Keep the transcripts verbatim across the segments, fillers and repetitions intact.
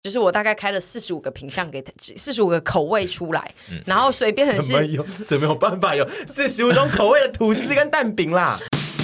就是我大概开了四十五个品项给四十五个口味出来，嗯、然后所以变成是怎么有怎么有办法有四十五种口味的吐司跟蛋饼啦？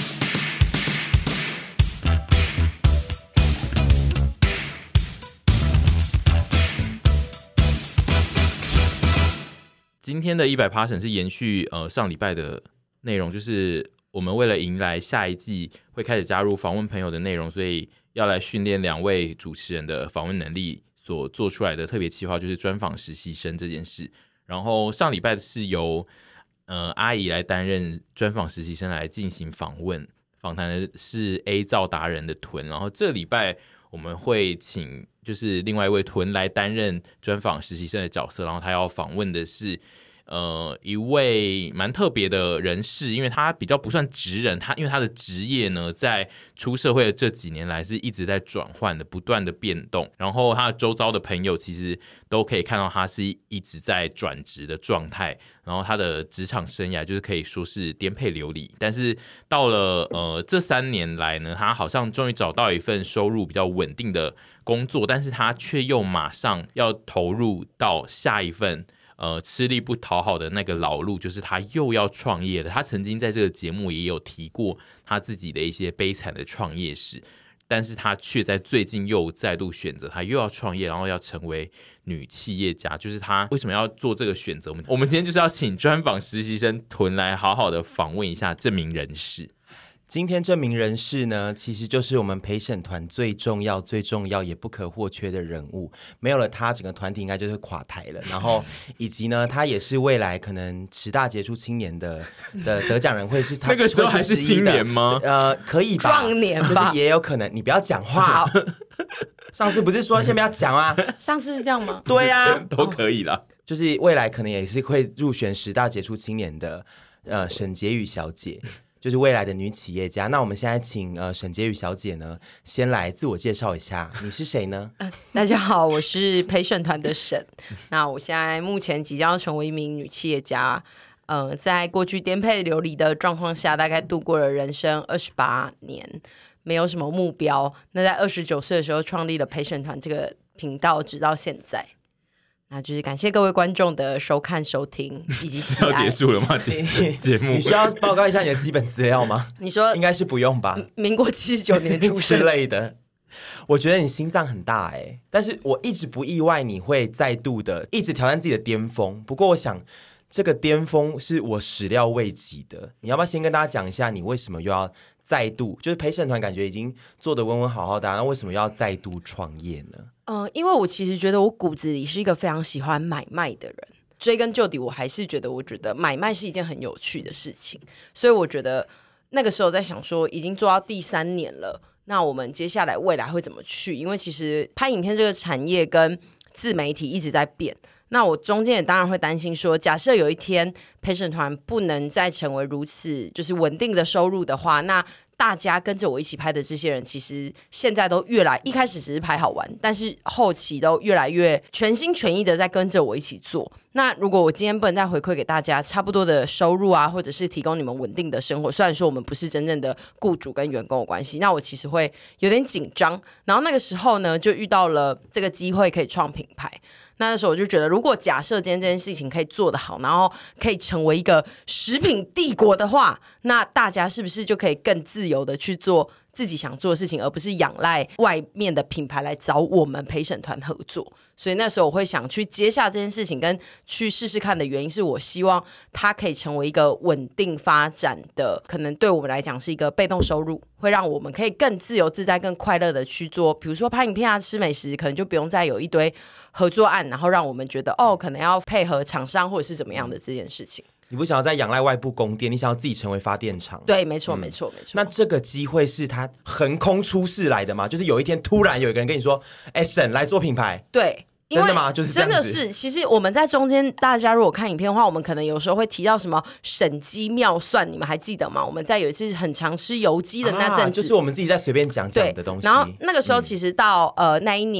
今天的一百 percent 是延续呃上礼拜的内容，就是我们为了迎来下一季会开始加入访问朋友的内容，所以要来训练两位主持人的访问能力所做出来的特别企划，就是专访实习生这件事。然后上礼拜是由呃阿姨来担任专访实习生来进行访问，访谈的是 A 造达人的屯，然后这礼拜我们会请就是另外一位屯来担任专访实习生的角色，然后他要访问的是呃一位蛮特别的人士，因为他比较不算职人，他因为他的职业呢在出社会的这几年来是一直在转换的，不断的变动，然后他的周遭的朋友其实都可以看到他是一直在转职的状态，然后他的职场生涯就是可以说是颠沛流离，但是到了呃这三年来呢，他好像终于找到一份收入比较稳定的工作，但是他却又马上要投入到下一份呃吃力不讨好的那个老路，就是他又要创业了。他曾经在这个节目也有提过他自己的一些悲惨的创业史，但是他却在最近又再度选择他又要创业，然后要成为女企业家。就是他为什么要做这个选择，我们今天就是要请专访实习生屯来好好的访问一下这名人士。 今天这名人士呢，其实就是我们陪审团最重要最重要也不可或缺的人物，没有了他整个团体应该就是垮台了。然后以及呢，他也是未来可能十大杰出青年的的得奖人会是他那个时候还是青年吗？ 呃，可以吧， 壮年吧， 就是也有可能。你不要讲话。上次不是说先不要讲啊？ 上次是这样吗？ 对啊， 都可以啦。 就是未来可能也是会入选十大杰出青年的呃沈婕妤小姐。就是未来的女企业家。那我们现在请呃沈婕妤小姐呢，先来自我介绍一下，你是谁呢？ 呃、大家好，我是陪审团的沈。那我现在目前即将要成为一名女企业家。呃，在过去颠沛流离的状况下，大概度过了人生二十八年，没有什么目标。那在二十九岁的时候，创立了陪审团这个频道，直到现在。那就是感谢各位观众的收看收听以及喜爱。 要结束了吗？节目你需要报告一下你的基本资料吗？ 你说应该是不用吧？ 民国七十九年出生之类的。我觉得你心脏很大哎、欸，但是我一直不意外你会再度的一直挑战自己的巅峰。不过我想这个巅峰是我始料未及的。你要不要先跟大家讲一下你为什么又要再度，就是陪审团感觉已经做得稳稳好好的、啊，那为什么要再度创业呢？ 呃，因为我其实觉得我骨子里是一个非常喜欢买卖的人，追根究底我还是觉得我觉得买卖是一件很有趣的事情，所以我觉得那个时候在想说已经做到第三年了，那我们接下来未来会怎么去，因为其实拍影片这个产业跟自媒体一直在变，那我中间也当然会担心说，假设有一天陪审团不能再成为如此就是稳定的收入的话，那大家跟着我一起拍的这些人其实现在都越来，一开始只是拍好玩，但是后期都越来越全心全意的在跟着我一起做。那如果我今天不能再回馈给大家差不多的收入啊，或者是提供你们稳定的生活，虽然说我们不是真正的雇主跟员工的关系，那我其实会有点紧张。然后那个时候呢，就遇到了这个机会可以创品牌。那时候我就觉得，如果假设今天这件事情可以做得好，然后可以成为一个食品帝国的话，那大家是不是就可以更自由的去做自己想做的事情，而不是仰赖外面的品牌来找我们陪审团合作？所以那时候我会想去接下这件事情跟去试试看的原因是，我希望它可以成为一个稳定发展的，可能对我们来讲是一个被动收入，会让我们可以更自由自在更快乐的去做，比如说拍影片啊，吃美食，可能就不用再有一堆合作案，然后让我们觉得哦，可能要配合厂商或者是怎么样的这件事情。 你不想要再仰赖外部供电，你想要自己成为发电厂。 对，没错、嗯、没错没错。 那这个机会是他横空出世来的吗？就是有一天突然有一个人跟你说，哎，沈来做品牌。 对， 真的吗？就是这样子。 真的是，其实我们在中间，大家如果看影片的话，我们可能有时候会提到什么审鸡妙算，你们还记得吗？我们在有一次很常吃油鸡的那阵子、 啊，就是我们自己在随便讲讲的东西。 然后那个时候其实到、嗯、呃那一年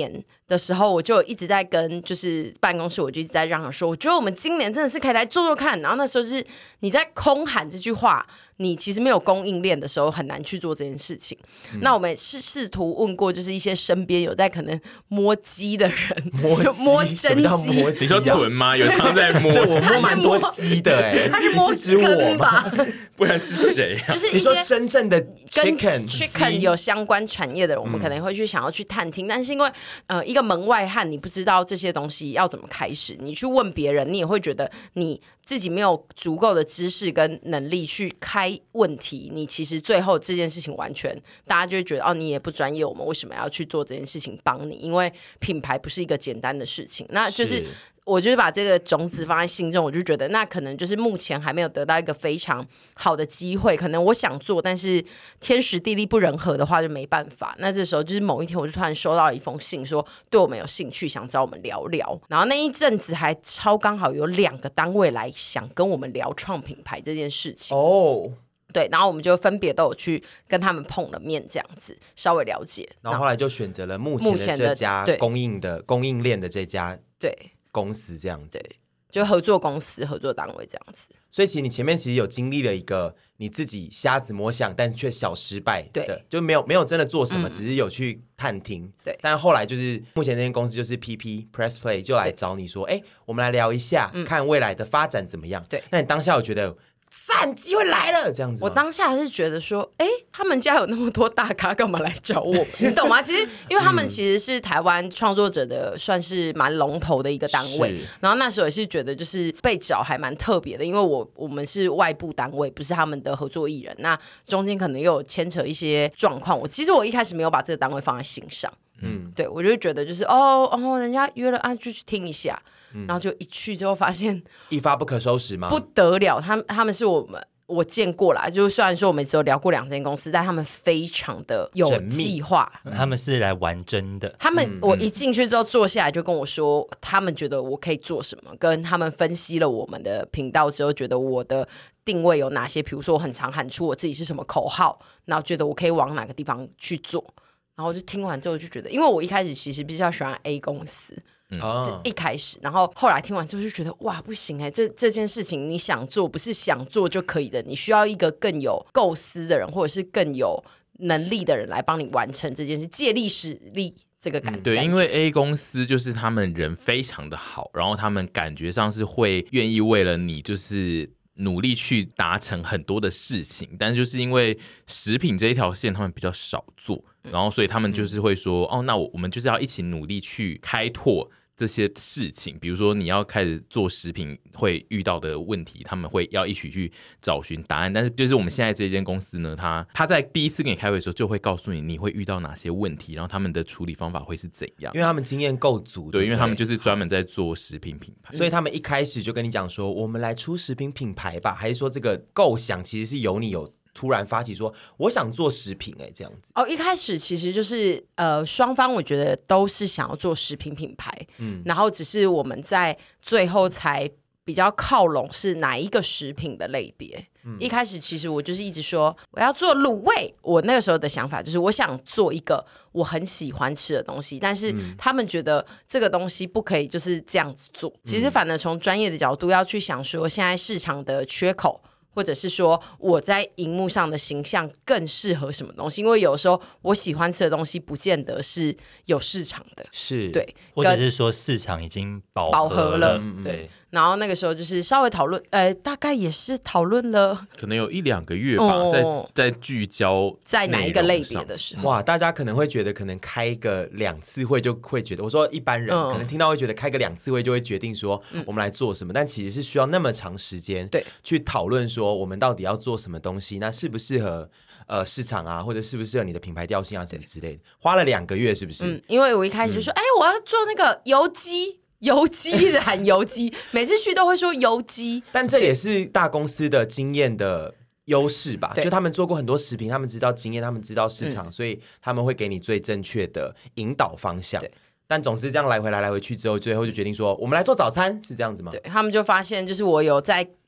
的时候，我就一直在跟就是办公室，我就一直在嚷嚷说，我觉得我们今年真的是可以来做做看。然后那时候就是你在空喊这句话，你其实没有供应链的时候很难去做这件事情。嗯、那我们试试图问过，就是一些身边有在可能摸鸡的人， 摸就摸真鸡， 啊、 你说臀吗？有常在摸？ 对，我摸蛮多鸡的哎、欸， 他是摸我吧？ 不然是谁、啊？ 就是一些你说真正的 chicken 跟 chicken 有相关产业的人，我们可能会去想要去探听，嗯、但是因为呃一个门外汉，你不知道这些东西要怎么开始，你去问别人，你也会觉得你自己没有足够的知识跟能力去开问题，你其实最后这件事情完全大家就会觉得哦，你也不专业，我们为什么要去做这件事情帮你？因为品牌不是一个简单的事情，那就是。是我就是把这个种子放在心中，我就觉得那可能就是目前还没有得到一个非常好的机会，可能我想做，但是天时地利不人和的话就没办法。那这时候就是某一天，我就突然收到了一封信，说对我们有兴趣，想找我们聊聊。然后那一阵子还超刚好有两个单位来想跟我们聊创品牌这件事情哦。对，然后我们就分别都有去跟他们碰了面，这样子稍微了解。 然后后来就选择了目前的这家供应的供应链的这家对。 公司这样子， 对，就合作公司、合作单位这样子。 所以其实你前面其实有经历了一个你自己瞎子摸象，但却小失败的， 对， 就没有没有真的做什么，嗯、只是有去探听。 对， 但后来就是目前那间公司就是 P P Press Play 就来找你说，哎，我们来聊一下，嗯、看未来的发展怎么样。 对， 那你当下有觉得？赞，机会来了，这样子。 我当下是觉得说，哎，他们家有那么多大咖，干嘛来找我？你懂吗？其实，因为他们其实是台湾创作者的，算是蛮龙头的一个单位。然后那时候也是觉得，就是被找还蛮特别的，因为我我们是外部单位，不是他们的合作艺人。那中间可能又有牵扯一些状况。我其实我一开始没有把这个单位放在心上。嗯，对，我就觉得就是哦哦，人家约了啊，就去听一下。嗯、然后就一去之后发现一发不可收拾吗？ 不得了，他们他们是我们我见过啦，就虽然说我们只有聊过两间公司，但他们非常的有计划， 他们是来玩真的。 他们、嗯、我一进去之后坐下来就跟我说，他们觉得我可以做什么，跟他们分析了我们的频道之后，觉得我的定位有哪些，比如说我很常喊出我自己是什么口号，然后觉得我可以往哪个地方去做。然后我就听完之后就觉得，因为我一开始其实比较喜欢 A 公司。嗯，一开始，然后后来听完之后就觉得哇，不行哎、欸，这这件事情你想做不是想做就可以的，你需要一个更有构思的人，或者是更有能力的人来帮你完成这件事，借力使力这个感觉、嗯。 对，因为 A 公司就是他们人非常的好，然后他们感觉上是会愿意为了你就是努力去达成很多的事情，但是就是因为食品这一条线他们比较少做，然后所以他们就是会说、嗯、哦，那我们就是要一起努力去开拓这些事情，比如说你要开始做食品会遇到的问题，他们会要一起去找寻答案。但是就是我们现在这间公司呢，他他在第一次跟你开会的时候就会告诉你你会遇到哪些问题，然后他们的处理方法会是怎样， 因为他们经验够足。 对, 对， 对， 因为他们就是专门在做食品品牌， 所以他们一开始就跟你讲说我们来出食品品牌吧，还是说这个构想其实是由你有突然发起说我想做食品哎、欸，这样子哦。一开始其实就是呃双方我觉得都是想要做食品品牌，嗯，然后只是我们在最后才比较靠拢是哪一个食品的类别。嗯、一开始其实我就是一直说我要做卤味，我那个时候的想法就是我想做一个我很喜欢吃的东西，但是他们觉得这个东西不可以就是这样子做。其实反而从专业的角度要去想说现在市场的缺口，或者是说我在荧幕上的形象更适合什么东西，因为有时候我喜欢吃的东西不见得是有市场的， 是对， 或者是说市场已经饱饱和了、 嗯、 对。然后那个时候就是稍微讨论，呃，大概也是讨论了可能有一两个月吧，哦、在在聚焦在哪一个类别的时候， 哇，大家可能会觉得可能开个两次会就会觉得，我说一般人、嗯、可能听到会觉得开个两次会就会决定说我们来做什么、嗯、但其实是需要那么长时间对去讨论说我们到底要做什么东西，那适不适合呃市场啊，或者适不适合你的品牌调性啊什么之类的，花了两个月是不是？ 嗯，因为我一开始就说哎、嗯，我要做那个油鸡油鸡，一直喊油鸡，每次去都会说油鸡， 但这也是大公司的经验的优势吧，就他们做过很多食品，他们知道经验，他们知道市场、嗯、所以他们会给你最正确的引导方向。但总是这样来回来来回去之后，最后就决定说我们来做早餐，是这样子吗？ 对，他们就发现就是我有在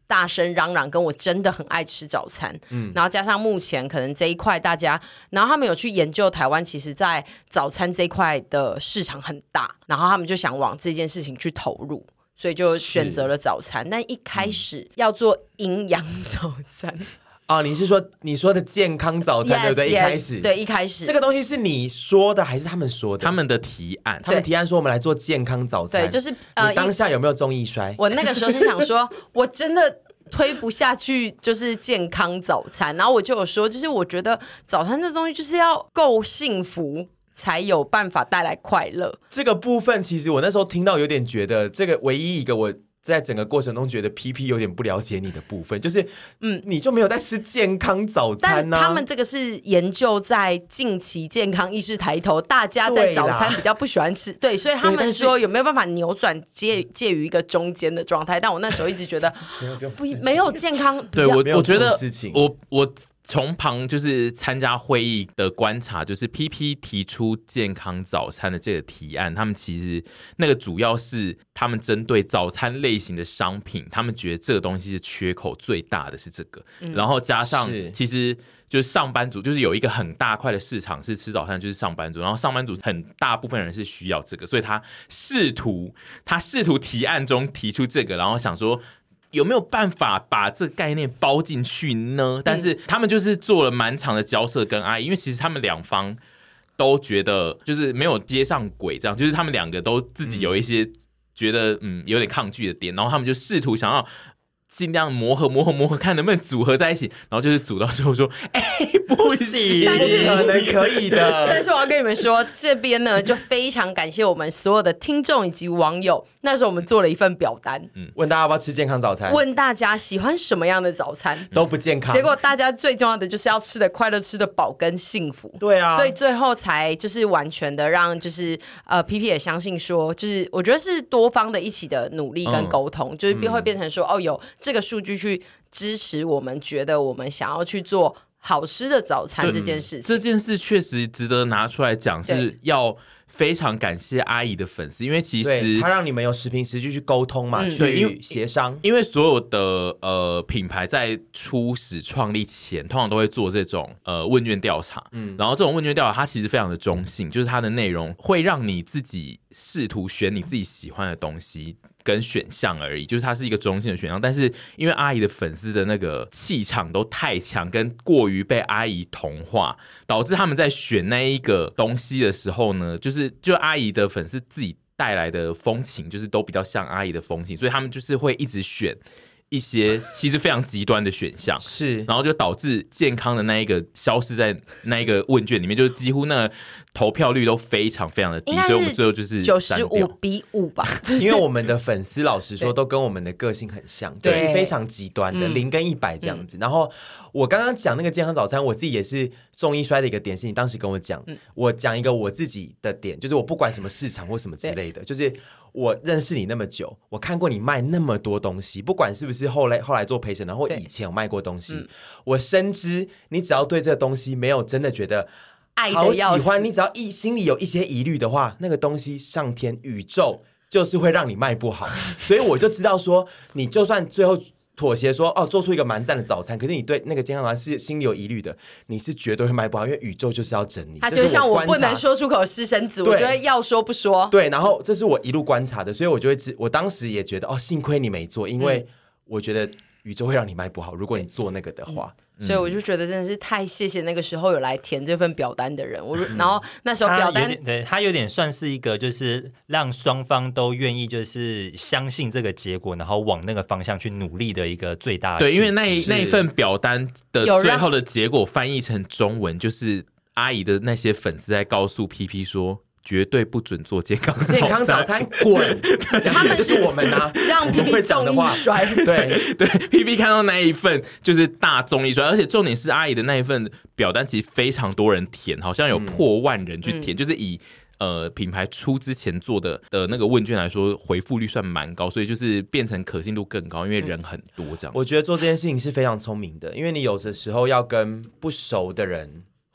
大声嚷嚷跟我真的很爱吃早餐，嗯，然后加上目前可能这一块大家，然后他们有去研究台湾，其实在早餐这一块的市场很大，然后他们就想往这件事情去投入，所以就选择了早餐。但一开始要做营养早餐。 哦，你是说你说的健康早餐 yes, 对不对？ Yes, 一开始对一开始这个东西是你说的还是他们说的？ 他们的提案， 他们提案说我们来做健康早餐。 对，就是呃， 你当下有没有中意衰？ 我那个时候是想说，我真的推不下去，就是健康早餐。然后我就有说，就是我觉得早餐这东西就是要够幸福，才有办法带来快乐。 这个部分其实我那时候听到有点觉得，这个唯一一个我。在整个过程中觉得 P P 有点不了解你的部分，就是嗯，你就没有在吃健康早餐呢、啊？ 但他们这个是研究在近期健康意识抬头，大家在早餐比较不喜欢吃，对，所以他们说有没有办法扭转介介于一个中间的状态？但我那时候一直觉得不没有健康， 对我我觉得我我。从旁就是参加会议的观察，就是 P P 提出健康早餐的这个提案，他们其实那个主要是他们针对早餐类型的商品，他们觉得这个东西是缺口最大的是这个，嗯、然后加上其实就是上班族，就是有一个很大块的市场是吃早餐，就是上班族，然后上班族很大部分人是需要这个，所以他试图他试图提案中提出这个，然后想说。有没有办法把这个概念包进去呢？但是他们就是做了蛮长的交涉跟阿姨，因为其实他们两方都觉得就是没有接上轨，这样就是他们两个都自己有一些觉得嗯有点抗拒的点，然后他们就试图想要尽量磨合磨合磨合，看能不能组合在一起，然后就是组到最后说，哎、欸，不行， 但是可能可以的。 但是我要跟你们说，这边呢就非常感谢我们所有的听众以及网友。那时候我们做了一份表单， 嗯，问大家要不要吃健康早餐， 问大家喜欢什么样的早餐， 都不健康。 结果大家最重要的就是要吃的快乐、吃的饱跟幸福。 对啊， 所以最后才就是完全的让就是呃 P P 也相信说，就是我觉得是多方的一起的努力跟沟通，嗯、就是会变成说、嗯、哦有这个数据去支持我们，觉得我们想要去做好吃的早餐这件事情。 这件事确实值得拿出来讲，是要非常感谢阿姨的粉丝，因为其实他让你们有实凭实据去沟通嘛，嗯、去协商。 因为所有的呃品牌在初始创立前，通常都会做这种呃问卷调查，嗯，然后这种问卷调查它其实非常的中性，就是它的内容会让你自己试图选你自己喜欢的东西。跟选项而已，就是它是一个中性的选项，但是因为阿姨的粉丝的那个气场都太强，跟过于被阿姨同化，导致他们在选那一个东西的时候呢，就是就阿姨的粉丝自己带来的风情，就是都比较像阿姨的风情，所以他们就是会一直选一些其实非常极端的选项， 是， 然后就导致健康的那一个消失在那一个问卷里面，就是几乎那个投票率都非常非常的低，所以我们最后就是九十五比五吧， 因为我们的粉丝老实说都跟我们的个性很像，就是非常极端的零跟一百这样子。嗯、然后我刚刚讲那个健康早餐，我自己也是中医衰的一个点，是你当时跟我讲，嗯、我讲一个我自己的点，就是我不管什么市场或什么之类的，就是我认识你那么久，我看过你卖那么多东西，不管是不是后来后来做陪审团或以前有卖过东西，嗯、我深知你只要对这个东西没有真的觉得好喜欢，你只要一心里有一些疑虑的话，那个东西上天宇宙就是会让你卖不好。所以我就知道说，你就算最后妥协说哦，做出一个蛮赞的早餐，可是你对那个健康早餐是心里有疑虑的，你是绝对会卖不好，因为宇宙就是要整你。 他就像我不能说出口私生子，我觉得要说不说。 对，然后这是我一路观察的，所以我就会知，我当时也觉得哦，幸亏你没做，因为我觉得宇宙会让你卖不好，如果你做那个的话。嗯所以我就觉得真的是太谢谢那个时候有来填这份表单的人。我然后那时候表单， 对，他有点算是一个，就是让双方都愿意就是相信这个结果，然后往那个方向去努力的一个最大的。 对，因为那一那一份表单的最后的结果翻译成中文，就是阿姨的那些粉丝在告诉 P P 说。绝对不准做健康早餐， 健康早餐滚！他们是我们啊， 让 P P 中一衰。 对对 ，P P 看到那一份就是大中一衰，而且重点是阿姨的那一份表单其实非常多人填，好像有破万人去填，嗯、就是以呃品牌出之前做的的那个问卷来说，回复率算蛮高，所以就是变成可信度更高，因为人很多这样。 我觉得做这件事情是非常聪明的，因为你有的时候要跟不熟的人。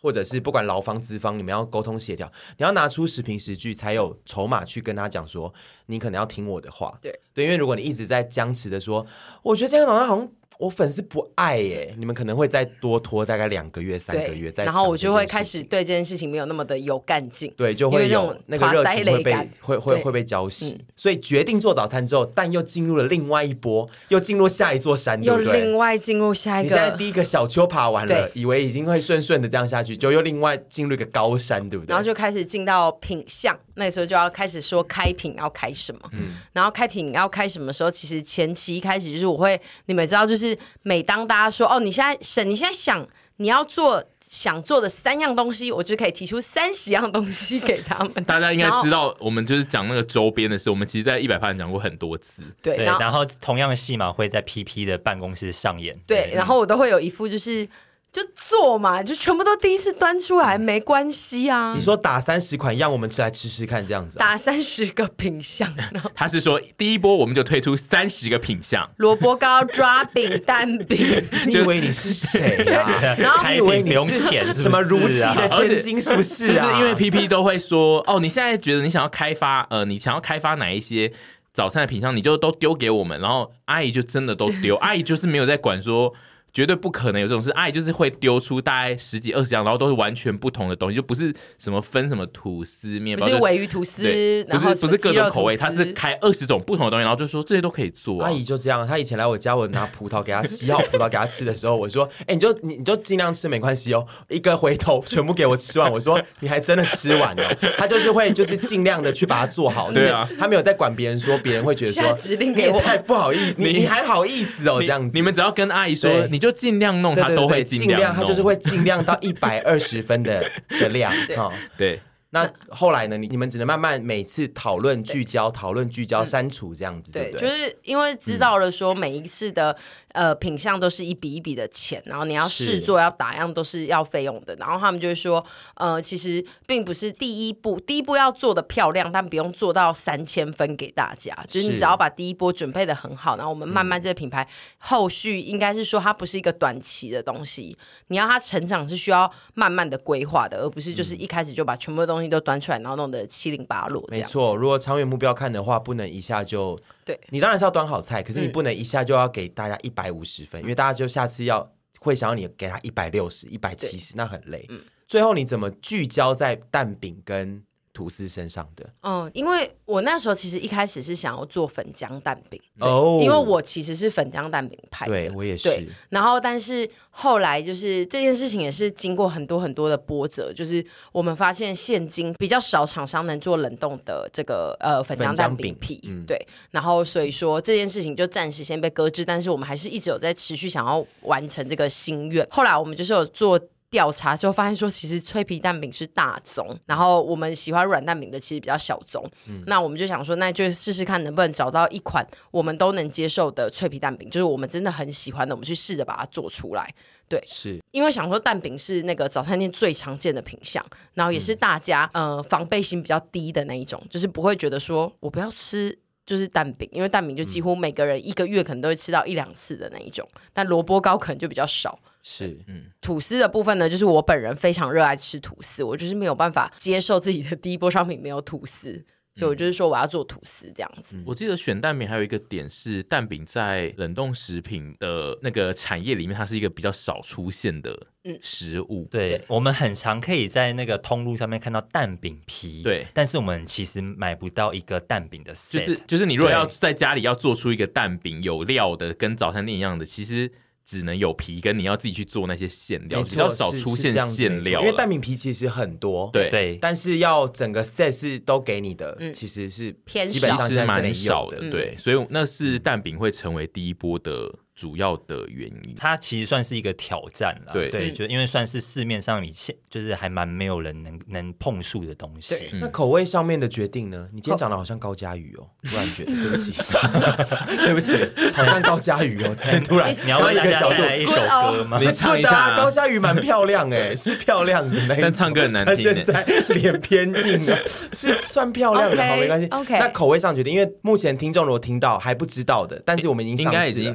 或者是不管劳方资方，你们要沟通协调，你要拿出实凭实据，才有筹码去跟他讲说，你可能要听我的话。 对对，因为如果你一直在僵持的说，我觉得这样好像好像我粉丝不爱耶，你们可能会再多拖大概两个月、三个月再。 然后我就会开始对这件事情没有那么的有干劲， 对，就会有那个热情会被会会会被浇熄、嗯。所以决定做早餐之后，但又进入了另外一波，又进入下一座山，对不对？ 又另外进入下一个。 你现在第一个小丘爬完了，以为已经会顺顺的这样下去，就又另外进入一个高山，对不对？ 然后就开始进到品项，那时候就要开始说开品要开什么，嗯，然后开品要开什么时候，其实前期开始就是我会，你们知道，就是每当大家说哦，你现在沈，你现在想你要做。想做的三样东西，我就可以提出三十样东西给他们。 大家应该知道，我们就是讲那个周边的事，我们其实在一百趴讲过很多次。 对， 对，然后同样的戏码会在 P P 的办公室上演。 对，对然后我都会有一副就是就做嘛，就全部都第一次端出来，没关系啊。 你说打三十款样，我们来吃吃看，这样子、啊。 打三十个品项。 他是说第一波我们就推出三十个品项， 萝卜糕、抓饼、蛋饼。 你以为你是谁呀、啊？ 然后开品不用钱， 什么如记的千金是不是啊？ 就是因为 P P 都会说哦，你现在觉得你想要开发呃，你想要开发哪一些早餐的品项，你就都丢给我们，然后阿姨就真的都丢，阿姨就是没有在管说。绝对不可能有这种事，阿姨就是会丢出大概十几二十样，然后都是完全不同的东西，就不是什么分什么吐司面包， 不是鲔鱼吐司， 然后不是不是各种口味，它是开二十种不同的东西，然后就说这些都可以做、啊。 阿姨就这样，她以前来我家，我拿葡萄给她洗好葡萄给她吃的时候，我说：“哎、欸，你就你你就尽量吃，没关系哦。”一个回头全部给我吃完，我说：“你还真的吃完了。”她就是会就是尽量的去把它做好，对啊，她没有在管别人说，别人会觉得说下指令给我， 太不好意思，你你还好意思哦这样子。 你们只要跟阿姨说，你就尽量弄。他都会尽量， 他就是会尽量到一百二十分的的量哈。 对， 那后来呢？你你们只能慢慢每次讨论聚焦，讨论聚焦删除这样子，对不对？ 就是因为知道了说每一次的、嗯、呃品项都是一笔一笔的钱，然后你要试做要打样都是要费用的，然后他们就会说，呃，其实并不是第一步，第一步要做的漂亮，但不用做到三千分给大家，就是你只要把第一波准备的很好，然后我们慢慢这个品牌、嗯、后续应该是说它不是一个短期的东西，你要它成长是需要慢慢的规划的，而不是就是一开始就把全部的东西都端出来，然后弄得七零八落。 没错，如果长远目标看的话，不能一下就对，你当然是要端好菜，可是你不能一下就要给大家一百五十分、嗯，因为大家就下次要会想要你给他一百六十、一百七十，那很累、嗯。最后你怎么聚焦在蛋饼跟吐司身上的？ 嗯，因为我那时候其实一开始是想要做粉浆蛋饼哦，因为我其实是粉浆蛋饼派的， 对我也是。 对，然后但是后来就是这件事情也是经过很多很多的波折，就是我们发现现今比较少厂商能做冷冻的这个呃粉浆蛋饼皮，嗯、对，然后所以说这件事情就暂时先被搁置，但是我们还是一直有在持续想要完成这个心愿。后来我们就是有做调查之后发现说，其实脆皮蛋饼是大宗，然后我们喜欢软蛋饼的其实比较小宗、嗯、那我们就想说那就试试看能不能找到一款我们都能接受的脆皮蛋饼，就是我们真的很喜欢的，我们去试着把它做出来。对，是因为想说蛋饼是那个早餐店最常见的品项，然后也是大家、嗯、呃防备心比较低的那一种，就是不会觉得说我不要吃就是蛋饼，因为蛋饼就几乎每个人一个月可能都会吃到一两次的那一种，但萝卜糕可能就比较少。 是，嗯， 吐司的部分呢，就是我本人非常热爱吃吐司，我就是没有办法接受自己的第一波商品没有吐司，所以我就是说我要做吐司这样子。 嗯、我记得选蛋饼还有一个点是，蛋饼在冷冻食品的那个产业里面，它是一个比较少出现的食物。 嗯、对, 对，我们很常可以在那个通路上面看到蛋饼皮， 对， 但是我们其实买不到一个蛋饼的 set， 就是就是你如果要在家里要做出一个蛋饼有料的，跟早餐店一样的，其实只能有皮，跟你要自己去做那些馅料，比较少出现馅料， 因为蛋饼皮其实很多， 对对，但是要整个 set 是都给你的，嗯、其实是偏基本上是蛮少的， 嗯、 对，所以那是蛋饼会成为第一波的主要的原因。 它其实算是一个挑战啦， 对对，就因为算是市面上你现就是还蛮没有人能能碰触的东西。 嗯、那口味上面的决定呢？你今天讲的好像高嘉瑜哦，突然觉得对不起，对不起，好像高嘉瑜哦，今天突然你要为大家带来一首歌吗？ 你唱一下、啊。 高嘉瑜蛮漂亮哎，是漂亮的那一种， 但唱歌很难听。 他现在脸偏硬啊，是算漂亮的， okay, 好没关系。 OK， 那口味上决定，因为目前听众如果听到还不知道的，但是我们已经上市了， 应该已经呃会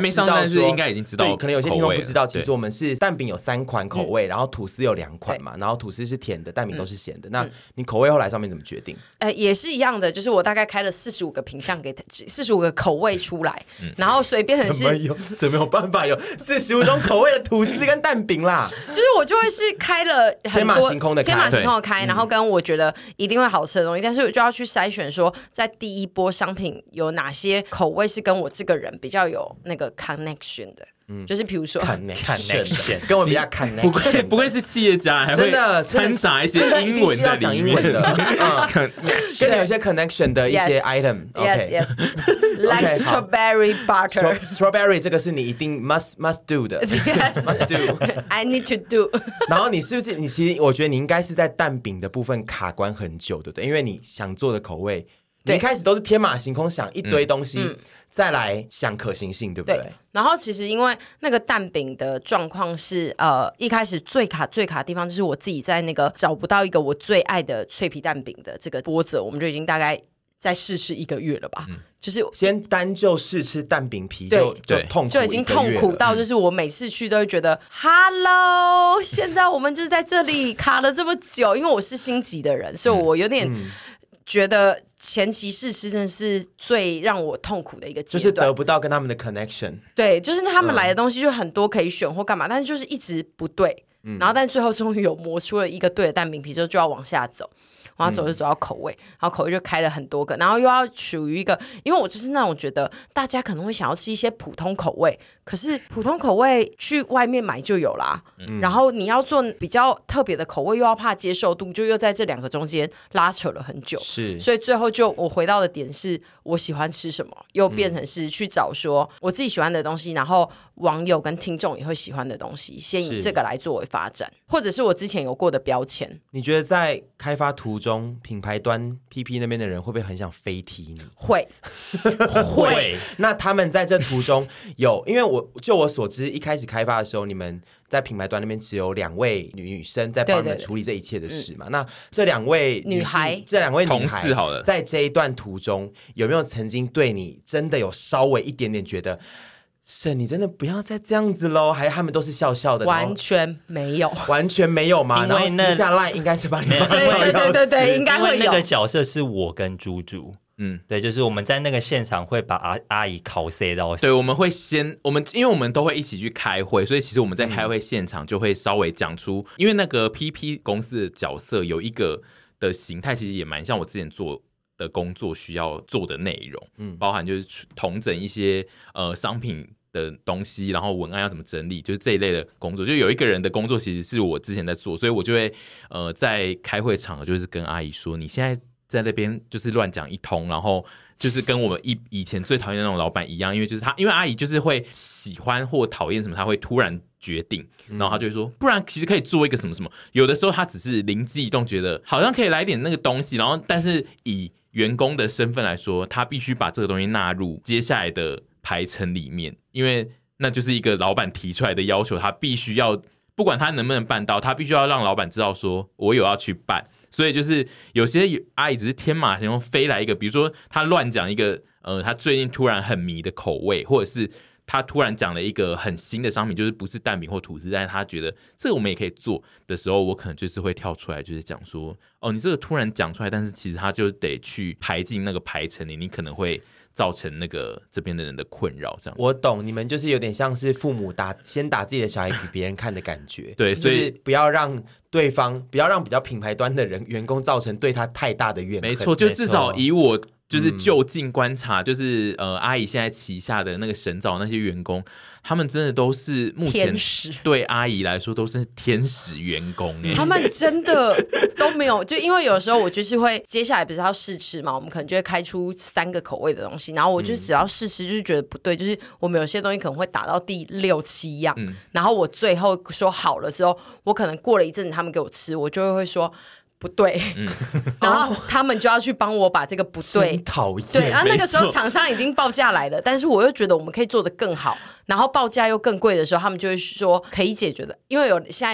没上但是应该已经知道， 对，可能有些听众不知道，其实我我们是蛋饼有三款口味，嗯、然后吐司有两款嘛，然后吐司是甜的，蛋饼都是咸的。嗯、那你口味后来上面怎么决定？ 呃，也是一样的，就是我大概开了四十五个品项给四十五个口味出来，嗯、然后所以变成是怎么有怎么有办法有四十五种口味的吐司跟蛋饼啦？ 就是我就会是开了很多天马行空的开， 天马行空的开，然后跟我觉得一定会好吃的东西，但是我就要去筛选说，在第一波商品有哪些口味是跟我这个人比较有那个 connection 的。嗯、就是比如说 connection 跟我比较 connection， 不愧不愧是企业家，还会掺杂一些英文在里面的，嗯、跟你有些 connection 的一些 item。OK， like strawberry butter。 strawberry 这个是你一定 must must do 的 ，must do。I need to do 。 然后你是不是你其实我觉得你应该是在蛋饼的部分卡关很久，对不对？因为你想做的口味，你一开始都是天马行空想一堆东西。嗯嗯再来想可行性，对不对？对。 然后其实因为那个蛋饼的状况是，呃，一开始最卡最卡的地方就是我自己在那个找不到一个我最爱的脆皮蛋饼的这个波折，我们就已经大概在试吃一个月了吧。嗯、就是先单就试吃蛋饼皮就就痛苦就已经痛苦到，就是我每次去都会觉得、嗯、，Hello， 现在我们就是在这里卡了这么久，因为我是心急的人，所以我有点。嗯觉得前期试吃真的是最让我痛苦的一个阶段， 就是得不到跟他们的 connection。对， 就是他们来的东西就很多可以选或干嘛，嗯、但是就是一直不对。嗯、然后，但最后终于有磨出了一个对的蛋饼皮之后，就要往下走。然后走就走到口味，然后口味就开了很多个，然后又要属于一个，因为我就是那种觉得大家可能会想要吃一些普通口味，可是普通口味去外面买就有啦，嗯、然后你要做比较特别的口味，又要怕接受度，就又在这两个中间拉扯了很久， 是， 所以最后就我回到的点是我喜欢吃什么，又变成是去找说我自己喜欢的东西，然后网友跟听众也会喜欢的东西，先以这个来作为发展，或者是我之前有过的标签。 你觉得在开发途中，品牌端 P P 那边的人会不会很想飞踢你？ 会，会。 那他们在这途中有，因为我就我所知，一开始开发的时候，你们在品牌端那边只有两位女生在帮你们处理这一切的事嘛？对对对，那这两位女孩， 这两位女孩同事好了， 在这一段途中有没有曾经对你真的有稍微一点点觉得？是你真的不要再这样子咯，还是他们都是笑笑的？ 完全没有， 完全没有吗？然后私下赖应该是把你骂到对对对对对，应该会有。 因为那个角色是我跟猪猪，嗯，对，就是我们在那个现场会把阿阿姨拷塞到死。 对，我们会先我们因为我们都会一起去开会，所以其实我们在开会现场就会稍微讲出，因为那个 P P 公司的角色有一个的形态，其实也蛮像我之前做的工作需要做的内容，嗯，包含就是统整一些呃商品的东西，然后文案要怎么整理，就是这一类的工作。就有一个人的工作其实是我之前在做，所以我就会呃在开会场合就是跟阿姨说，你现在在那边就是乱讲一通，然后就是跟我们以以前最讨厌的那种老板一样，因为就是他，因为阿姨就是会喜欢或讨厌什么，他会突然决定，然后他就会说，不然其实可以做一个什么什么。有的时候他只是灵机一动，觉得好像可以来点那个东西，然后但是以员工的身份来说，他必须把这个东西纳入接下来的排程里面，因为那就是一个老板提出来的要求，他必须要不管他能不能办到，他必须要让老板知道说我有要去办。所以就是有些阿姨只是天马行空飞来一个，比如说他乱讲一个呃，他最近突然很迷的口味，或者是他突然讲了一个很新的商品，就是不是蛋饼或吐司，但是他觉得这个我们也可以做的时候，我可能就是会跳出来，就是讲说，哦，你这个突然讲出来，但是其实他就得去排进那个排程里，你可能会造成那个这边的人的困扰，这样。 我懂，你们就是有点像是父母打先打自己的小孩给别人看的感觉， 对，所以、 就是、不要让对方，不要让比较品牌端的人员工造成对他太大的怨恨。 没错，就至少以我就是就近观察，嗯、就是呃阿姨现在旗下的那个神早那些员工，他们真的都是目前对阿姨来说都是天使员工哎， 他们真的都没有，就因为有时候我就是会接下来不是要试吃嘛，我们可能就会开出三个口味的东西，然后我就只要试吃，就是觉得不对，就是我们有些东西可能会打到第六七样，嗯、然后我最后说好了之后，我可能过了一阵子他们给我吃，我就会说。不对、嗯，然后他们就要去帮我把这个不对， 讨厌。 对，然后那个时候厂商已经报价来了，但是我又觉得我们可以做得更好，然后报价又更贵的时候，他们就会说可以解决的，因为有现在有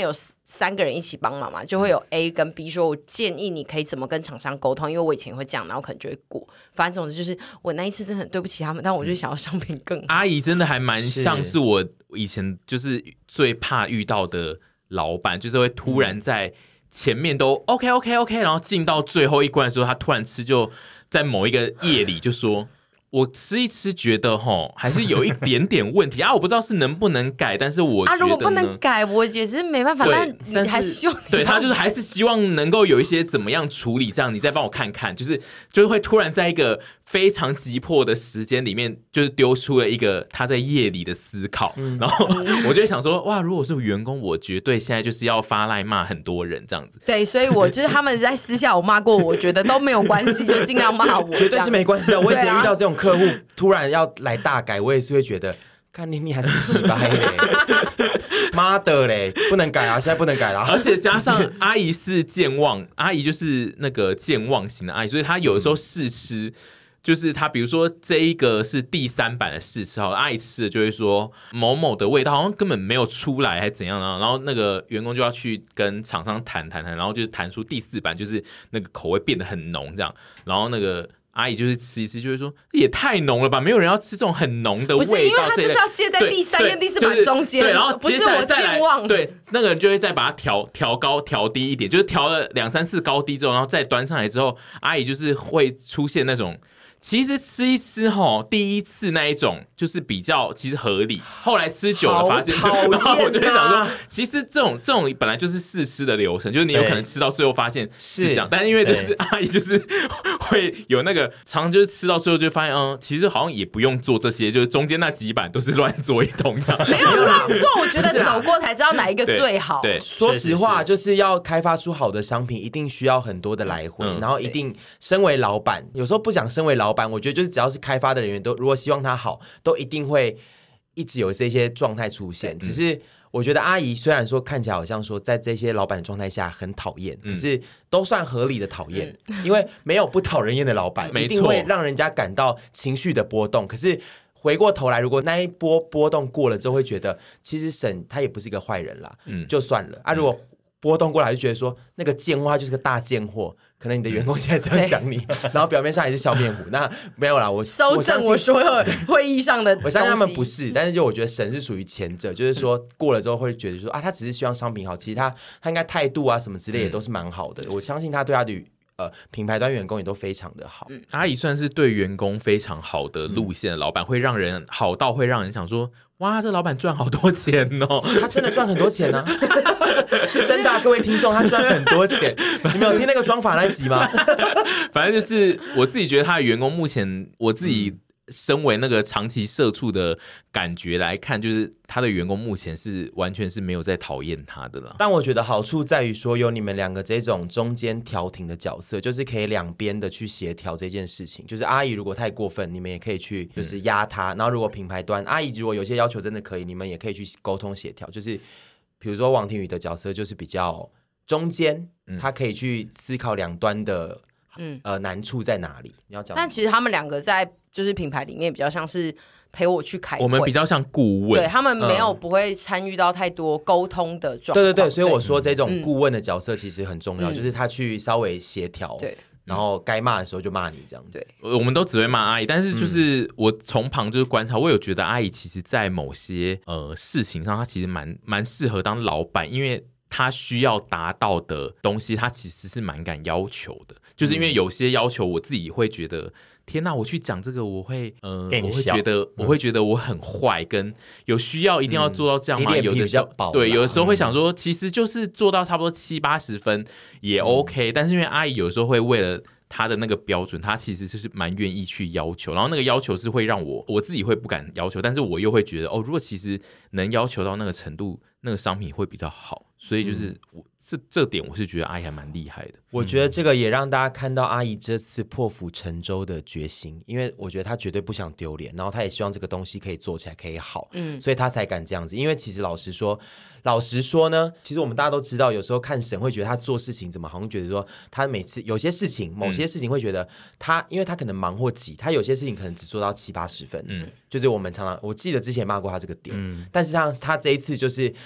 三个人一起帮忙嘛，就会有 A 跟 B 说，我建议你可以怎么跟厂商沟通，因为我以前会这样，然后可能就会过。反正总之就是我那一次真的很对不起他们，但我就想要商品更好。 阿姨真的还蛮像是我以前就是最怕遇到的老板，就是会突然在前面都 OK OK OK， 然后进到最后一关的时候，他突然吃就在某一个夜里就说。我吃一吃，觉得齁还是有一点点问题啊！我不知道是能不能改，但是我觉得呢， 啊，如果不能改，我也是没办法。但你还是希望你对他就是还是希望能够有一些怎么样处理，这样你再帮我看看，就是就是会突然在一个非常急迫的时间里面，就是丢出了一个他在夜里的思考，嗯、然后我就会想说，哇，如果是员工，我绝对现在就是要发赖骂很多人这样子。 对，所以我就是他们在私下我骂过我，我觉得都没有关系，就尽量骂我， 绝对是没关系的。我以前遇到这种客户突然要来大改，我也是会觉得，看你你还鸡掰嘞，妈的嘞，不能改啊，现在不能改啦。 而且加上阿姨是健忘，阿姨就是那个健忘型的阿姨，所以她有的时候试吃。就是他，比如说这一个是第三版的试吃，好，阿姨吃了就会说某某的味道好像根本没有出来，还怎样呢？然后那个员工就要去跟厂商谈谈谈，然后就是谈出第四版，就是那个口味变得很浓这样。然后那个阿姨就是吃一吃，就会说也太浓了吧，没有人要吃这种很浓的味道。 不是，因为他就是要介在第三跟第四版中间， 对，然后不是我健忘。 对，那个人就会再把它调调高、调低一点，就是调了两三次高低之后，然后再端上来之后，阿姨就是会出现那种。其实吃一吃吼，第一次那一种就是比较其实合理，后来吃久了发现，然后我就会想说，其实这种这种本来就是试吃的流程，就是你有可能吃到最后发现是这样，但是因为就是阿姨就是会有那个常常就是吃到最后就发现，嗯，其实好像也不用做这些，就是中间那几版都是乱做一通这样， 没有乱做，我觉得走过才知道哪一个最好。 对， 说实话，就是要开发出好的商品，一定需要很多的来回，嗯、然后一定身为老板，有时候不讲身为老板，我觉得就是只要是开发的人员都如果希望他好，都一定会一直有这些状态出现。只是我觉得阿姨虽然说看起来好像说在这些老板的状态下很讨厌，可是都算合理的讨厌，嗯、因为没有不讨人厌的老板，一定会让人家感到情绪的波动。可是回过头来，如果那一波波动过了之后，会觉得其实沈他也不是一个坏人啦，嗯、就算了啊。如果波动过来就觉得说那个贱货就是个大贱货，可能你的员工现在这样想你，然后表面上还是笑面虎。那没有啦，我收正我所有会议上的东西， 我相信他们不是，但是就我觉得沈是属于前者，就是说过了之后会觉得说啊，他只是希望商品好，其实他他应该态度啊什么之类也都是蛮好的。嗯、我相信他对他的呃品牌端员工也都非常的好。 嗯、阿姨算是对员工非常好的路线的老板，嗯、会让人好到会让人想说，哇，这老板赚好多钱哦， 他真的赚很多钱呢、啊。是真的、啊，各位听众，他赚很多钱。你们有听那个妆法那集吗？ 反正就是我自己觉得他的员工，目前我自己身为那个长期社畜的感觉来看，就是他的员工目前是完全是没有在讨厌他的啦。 但我觉得好处在于说，有你们两个这种中间调停的角色，就是可以两边的去协调这件事情。就是阿姨如果太过分，你们也可以去就是压他；嗯、然后如果品牌端阿姨如果有些要求真的可以，你们也可以去沟通协调。就是比如说王庭宇的角色就是比较中间，嗯、他可以去思考两端的。嗯，呃，难处在哪里？你要讲。 但其实他们两个在就是品牌里面比较像是陪我去开会， 我们比较像顾问， 对他们没有、嗯、不会参与到太多沟通的状况。 对对对，所以我说这种顾问的角色其实很重要，嗯、就是他去稍微协调， 对， 然后该骂的时候就骂你这样子。 对，我们都只会骂阿姨，但是就是我从旁就是观察，我有觉得阿姨其实在某些呃事情上，她其实蛮蛮适合当老板，因为他需要达到的东西，他其实是蛮敢要求的。就是因为有些要求，我自己会觉得，天哪，我去讲这个，我会呃，我会觉得，我会觉得我很坏，跟有需要一定要做到这样吗？ 嗯、 有的时候，对，有的时候会想说，其实就是做到差不多七八十分也 OK、嗯。但是因为阿姨有时候会为了他的那个标准，他其实就是蛮愿意去要求，然后那个要求是会让我我自己会不敢要求，但是我又会觉得哦，如果其实能要求到那个程度，那个商品会比较好，所以就是我、嗯、这这点我是觉得阿姨还蛮厉害的。 我觉得这个也让大家看到阿姨这次破釜沉舟的决心，因为我觉得她绝对不想丢脸，然后她也希望这个东西可以做起来可以好，嗯，所以她才敢这样子。因为其实老实说，老实说呢，其实我们大家都知道，有时候看沈会觉得他做事情怎么好像觉得说他每次有些事情某些事情会觉得他，因为他可能忙或急，他有些事情可能只做到七八十分，嗯，就是我们常常我记得之前骂过他这个点，嗯，但是他他这一次就是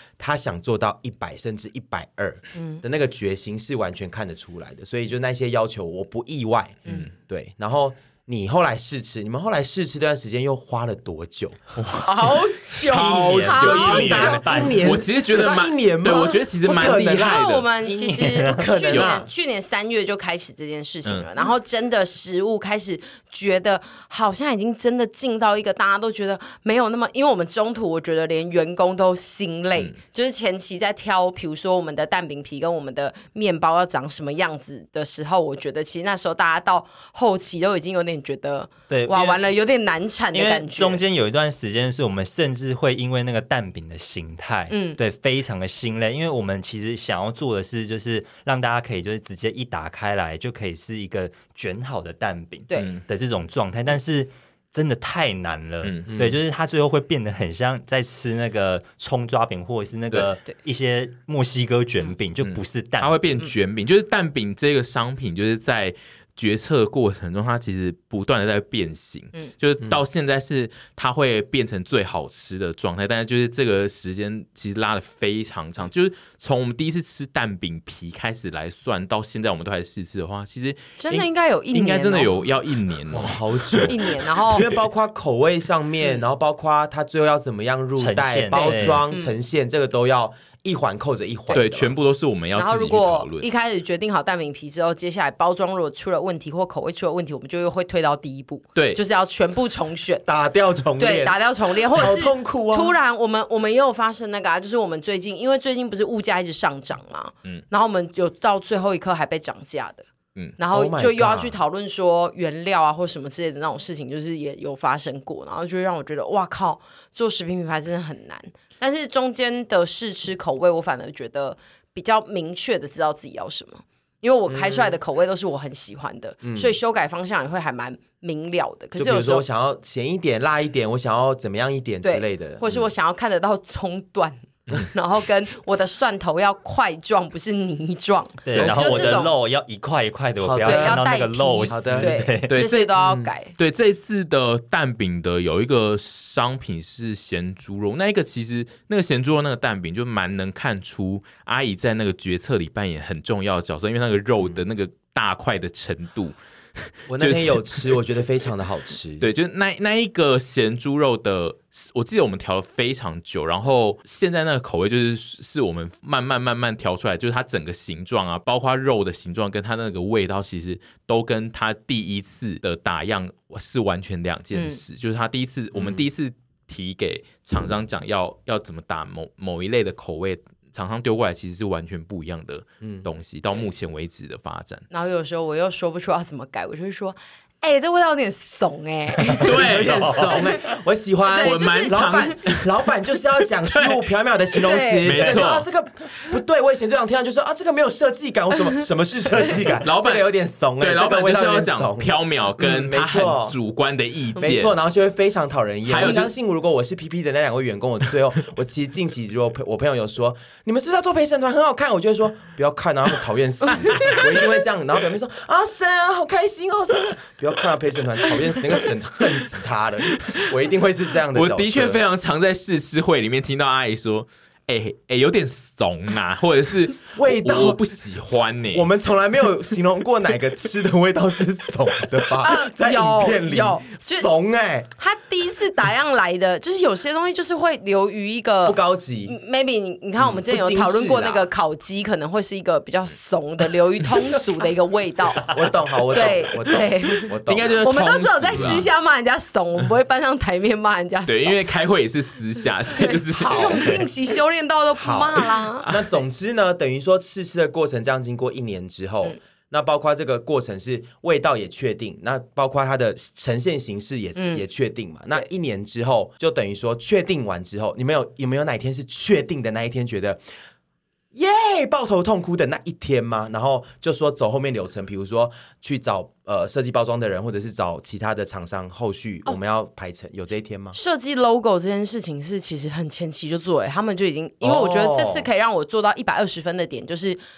他想做到一百甚至一百二的那个决心是完全看得出来的，所以就那些要求我不意外。嗯，对，然后。你后来试吃，你们后来试吃这段时间又花了多久？ 好久， 好久，一年半年。 我其实觉得蛮一年吗？ 对，我觉得其实蛮厉害的。 然后我们其实去年、 啊、 去年三月就开始这件事情了，嗯、然后真的食物开始觉得好像已经真的进到一个大家都觉得没有那么，因为我们中途我觉得连员工都心累，嗯、就是前期在挑，比如说我们的蛋饼皮跟我们的面包要长什么样子的时候，我觉得其实那时候大家到后期都已经有点。觉得对哇，完了有点难产的感觉。 中间有一段时间是我们甚至会因为那个蛋饼的形态，嗯，对，非常的心累，因为我们其实想要做的是，就是让大家可以就是直接一打开来就可以是一个卷好的蛋饼，对的这种状态，但是。真的太难了，嗯嗯、对，就是它最后会变得很像在吃那个葱抓饼，或者是那个一些墨西哥卷饼，就不是蛋饼， 它会变卷饼。就是蛋饼这个商品，就是在决策过程中，它其实不断的在变形，嗯、就是到现在是它会变成最好吃的状态，但是就是这个时间其实拉得非常长，就是从我们第一次吃蛋饼皮开始来算，到现在我们都还试吃的话，其实真的应该有一年、哦， 应该真的有要一年哦， 好久， 一年，然后因为包括口味上面，嗯、然后包括它最后要怎么样入袋、包装、呈现，这个都要。一环扣着一环， 对，全部都是我们要自己去讨论。然后如果一开始决定好蛋饼皮之后，接下来包装如果出了问题或口味出了问题，我们就又会推到第一步， 对， 就是要全部重选， 打掉重练， 对，打掉重练，或者是好痛苦啊！ 突然我们我们也有发生那个啊，就是我们最近因为最近不是物价一直上涨嘛，嗯，然后我们有到最后一刻还被涨价的。嗯，然后就又要去讨论说原料啊或什么之类的那种事情，就是也有发生过，然后就让我觉得哇靠，做食品品牌真的很难。但是中间的试吃口味，我反而觉得比较明确的知道自己要什么，因为我开出来的口味都是我很喜欢的，嗯、所以修改方向也会还蛮明了的。可是有时候，就比如说我想要咸一点、辣一点，我想要怎么样一点之类的， 或是我想要看得到葱段。然后跟我的蒜头要块状，不是泥状。 对，然后我的肉要一块一块的，我不要看到那个肉。 好的，对对，这些都要改。 对，这次的蛋饼的有一个商品是咸猪肉，那一个其实那个咸猪肉那个蛋饼就蛮能看出阿姨在那个决策里扮演很重要的角色，因为那个肉的那个大块的程度。 我那天有吃，就是、我觉得非常的好吃。 对，就是那那一个咸猪肉的，我记得我们调了非常久，然后现在那个口味就是是我们慢慢慢慢调出来，就是它整个形状啊，包括肉的形状跟它那个味道，其实都跟它第一次的打样是完全两件事。嗯、就是它第一次，我们第一次提给厂商讲要、嗯、要怎么打某某一类的口味。厂商丢过来其实是完全不一样的东西，嗯、到目前为止的发展。 然后有时候我又说不出要怎么改，我就会说。哎、欸，这味道有点怂哎、欸， 对，有点怂哎、欸，我喜欢。 我蛮、就是、 老板，老板就是要讲虚无缥缈的形容词， 没错、 啊。这个不对，我以前最常听到就说啊，这个没有设计感，我什么什么是设计感？ 老板、 这个有点怂哎、欸， 对，老板就是要讲缥缈跟他很主观的意见， 没错，然后就会非常讨人厌。我相信，如果我是 P P 的那两位员工，我最后我其实近期如果我朋友有说你们是不是要做陪审团很好看，我就会说不要看啊，他们讨厌死，我一定会这样。然后表妹说啊神啊，好开心哦神啊，不要看啊陪审团。讨厌死那个神，恨死他了！我一定会是这样的角色。 我的确非常常在试吃会里面听到阿姨说：“哎、欸、哎、欸，有点怂啊，或者是味道我不喜欢呢、欸。” 我们从来没有形容过哪个吃的味道是怂的吧？啊、在影片里有怂哎、欸， 他第一次打样来的，就是有些东西就是会流于一个不高级。 maybe 你你看我们之前有讨论过那个烤鸡，可能会是一个比较怂的、流于通俗的一个味道。 我懂，好，我懂， 对， 我懂，我懂。 应该就是我们都只有在私下骂人家怂，我们不会搬上台面骂人家怂。 对，因为开会也是私下，所以就是好。我们近期修炼到都不骂啦。 那总之呢，等于说试吃的过程，这样经过一年之后。嗯，那包括这个过程是味道也确定，那包括它的呈现形式也、嗯、也确定嘛。那一年之后，就等于说确定完之后，你们有有没有哪一天是确定的那一天，觉得耶抱头痛哭的那一天吗？然后就说走后面流程，比如说去找呃设计包装的人，或者是找其他的厂商，后续我们要排成、哦、有这一天吗？ 设计 logo 这件事情是其实很前期就做了，他们就已经，因为我觉得这次可以让我做到一百二十分的点就是。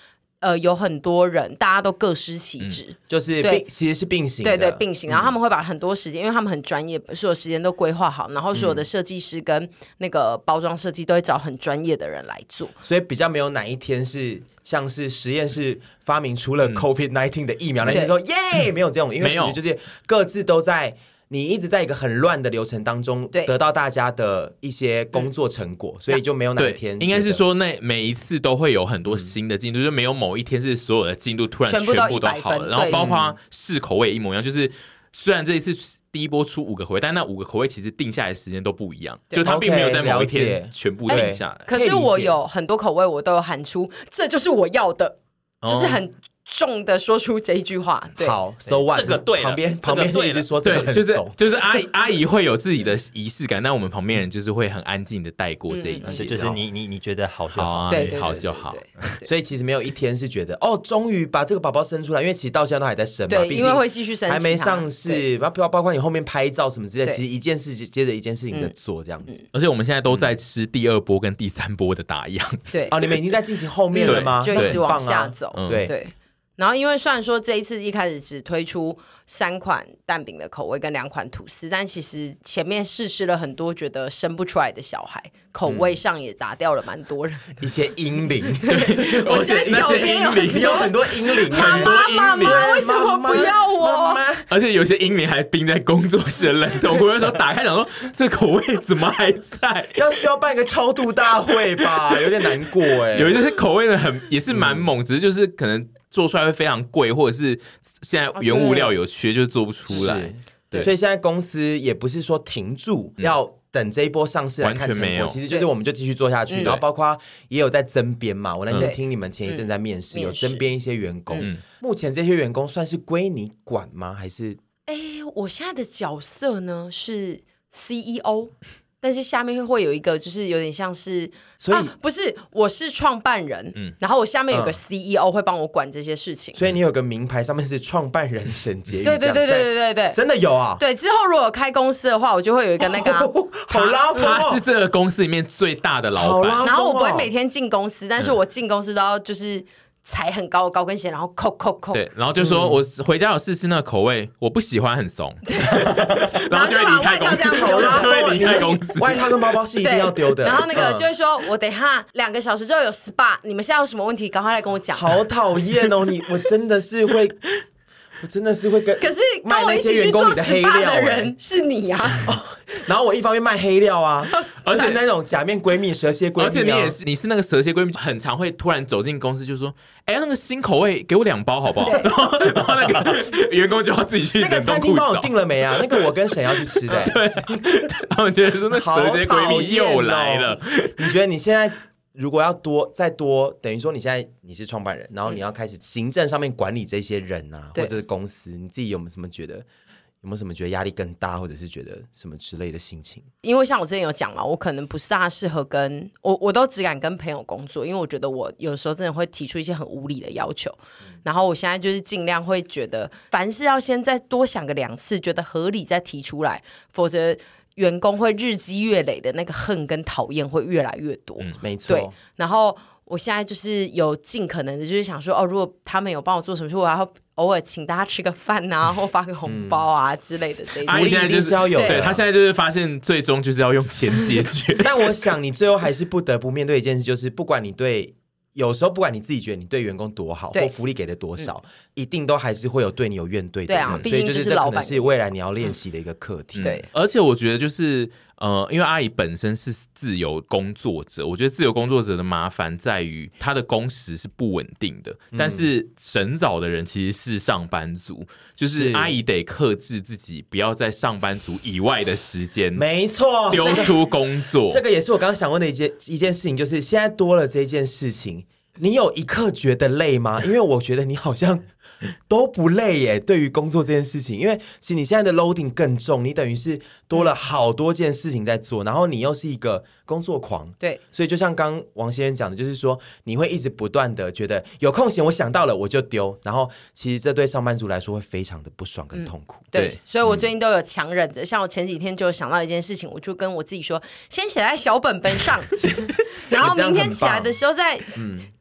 呃有很多人，大家都各司其职，嗯、 就是并其实是并行的， 对对并行。然后他们会把很多时间，因为他们很专业，所有时间都规划好，然后所有的设计师跟那个包装设计都会找很专业的人来做， 所以比较没有哪一天是像是实验室发明出了 COVID 十九 的疫苗，那天说耶，没有这种，因为其实就是各自都在。你一直在一个很乱的流程当中得到大家的一些工作成果，所以就没有哪一天应该是说那每一次都会有很多新的进度，嗯、就没有某一天是所有的进度突然全部都好了，然后包括试口味也一模一样，就是虽然这一次第一波出五个口味，但那五个口味其实定下来的时间都不一样，就它并没有在某一天全部定下来。 可是我有很多口味，我都有喊出这就是我要的，哦、就是很。重的说出这一句话，对， 好 ，so what？ 这个对了， 旁边旁边一直说这个很就是就是阿姨阿姨会有自己的仪式感，但我们旁边人就是会很安静的带过这一切， 嗯、就是你你你觉得好就好， 啊、 对， 好就好。 所以其实没有一天是觉得哦，终于把这个宝宝生出来，因为其实到现在都还在生嘛， 对，因为会继续生， 还没上市，包包括你后面拍照什么之类，其实一件事接着一件事情的做这样子。 而且我们现在都在吃第二波跟第三波的打样， 对， 哦，你们已经在进行后面了吗？ 就一直往下走， 对对。然后因为虽然说这一次一开始只推出三款蛋饼的口味跟两款吐司，但其实前面试吃了很多觉得生不出来的小孩，口味上也打掉了蛮多人、 嗯、一些婴灵对，我现在那些婴灵有很多婴灵， 很多婴灵，妈妈为什么不要我？ 而且有些婴灵还冰在工作室的冷冻库，有时候打开想说这口味怎么还在？ 要需要办一个超度大会吧，有点难过哎。 有一些口味的很也是蛮猛、嗯，只是就是可能。做出来会非常贵，或者是现在原物料有缺，就做不出来。 对，所以现在公司也不是说停住，嗯、要等这一波上市来看成果，其实就是我们就继续做下去。然后包括也有在增编嘛，我那天听你们前一阵在面试，有增编一些员工。嗯、目前这些员工算是归你管吗？还是？ 哎，我现在的角色呢是 C E O。但是下面会有一个，就是有点像是， 所以、 啊、不是，我是创办人、嗯，然后我下面有个 C E O 会帮我管这些事情， 所以你有个名牌上面是创办人沈婕妤， 对对对对对对对， 真的有啊。 对，之后如果开公司的话，我就会有一个那个、啊哦，好拉风、哦， 他是这个公司里面最大的老板， 哦、 然后我不会每天进公司，但是我进公司都要就是踩很高的高跟鞋，然后扣扣扣， 对，然后就说、嗯、我回家有试吃那个口味，我不喜欢，很怂，然后就会离开公司，就会离开公司。 外套跟包包是一定要丢的。 然后那个就会说，我等一下两个小时之后有 S P A， 你们现在有什么问题，赶快来跟我讲。 好讨厌哦，你我真的是会。我真的是会跟， 可是跟我一起去做 S P A 的人是你啊、 哦！然后我一方面卖黑料啊，而且那种假面闺蜜、蛇蝎闺蜜、啊， 而且你也是，你是那个蛇蝎闺蜜，很常会突然走进公司就说：“哎、欸，那个新口味给我两包好不好？”然后，然后那个员工就要自己去冷冻库找。 那个餐厅帮我订了没啊？那个我跟沈要去吃的、欸。 对，他们觉得说那蛇蝎闺蜜又来了。 你觉得你现在？如果要多再多，等于说你现在你是创办人，然后你要开始行政上面管理这些人啊，嗯、或者是公司，你自己有没有什么觉得有没有什么觉得压力更大，或者是觉得什么之类的心情？ 因为像我之前有讲嘛，我可能不是大适合跟我，我都只敢跟朋友工作，因为我觉得我有时候真的会提出一些很无理的要求，嗯、然后我现在就是尽量会觉得，凡事要先再多想个两次，觉得合理再提出来，否则。员工会日积月累的那个恨跟讨厌会越来越多， 嗯，没错。 对，然后我现在就是有尽可能的，就是想说，哦，如果他们有帮我做什么事，我还要偶尔请大家吃个饭啊，或发个红包啊、嗯、之类的这些。 阿姨现在就是要有的， 对他现在就是发现，最终就是要用钱解决。 但我想你最后还是不得不面对一件事，就是不管你对。有时候不管你自己觉得你对员工多好，或福利给的多少、嗯，一定都还是会有对你有怨怼的人。 对啊， 所以就是这可能是未来你要练习的一个课题。 嗯、对，而且我觉得就是呃，因为阿姨本身是自由工作者，我觉得自由工作者的麻烦在于他的工时是不稳定的。嗯、但是审早的人其实是上班族，就是阿姨得克制自己，不要在上班族以外的时间， 没错， 丢出工作。 这个也是我刚刚想问的一件一件事情，就是现在多了这件事情。你有一刻觉得累吗？因为我觉得你好像都不累耶，对于工作这件事情，因为其实你现在的 loading 更重，你等于是多了好多件事情在做，然后你又是一个工作狂， 对，所以就像刚王先生讲的，就是说你会一直不断的觉得有空闲我想到了我就丢，然后其实这对上班族来说会非常的不爽跟痛苦、 嗯、对, 对，所以我最近都有强忍着、嗯、像我前几天就想到一件事情，我就跟我自己说先写在小本本上然后明天起来的时候再、嗯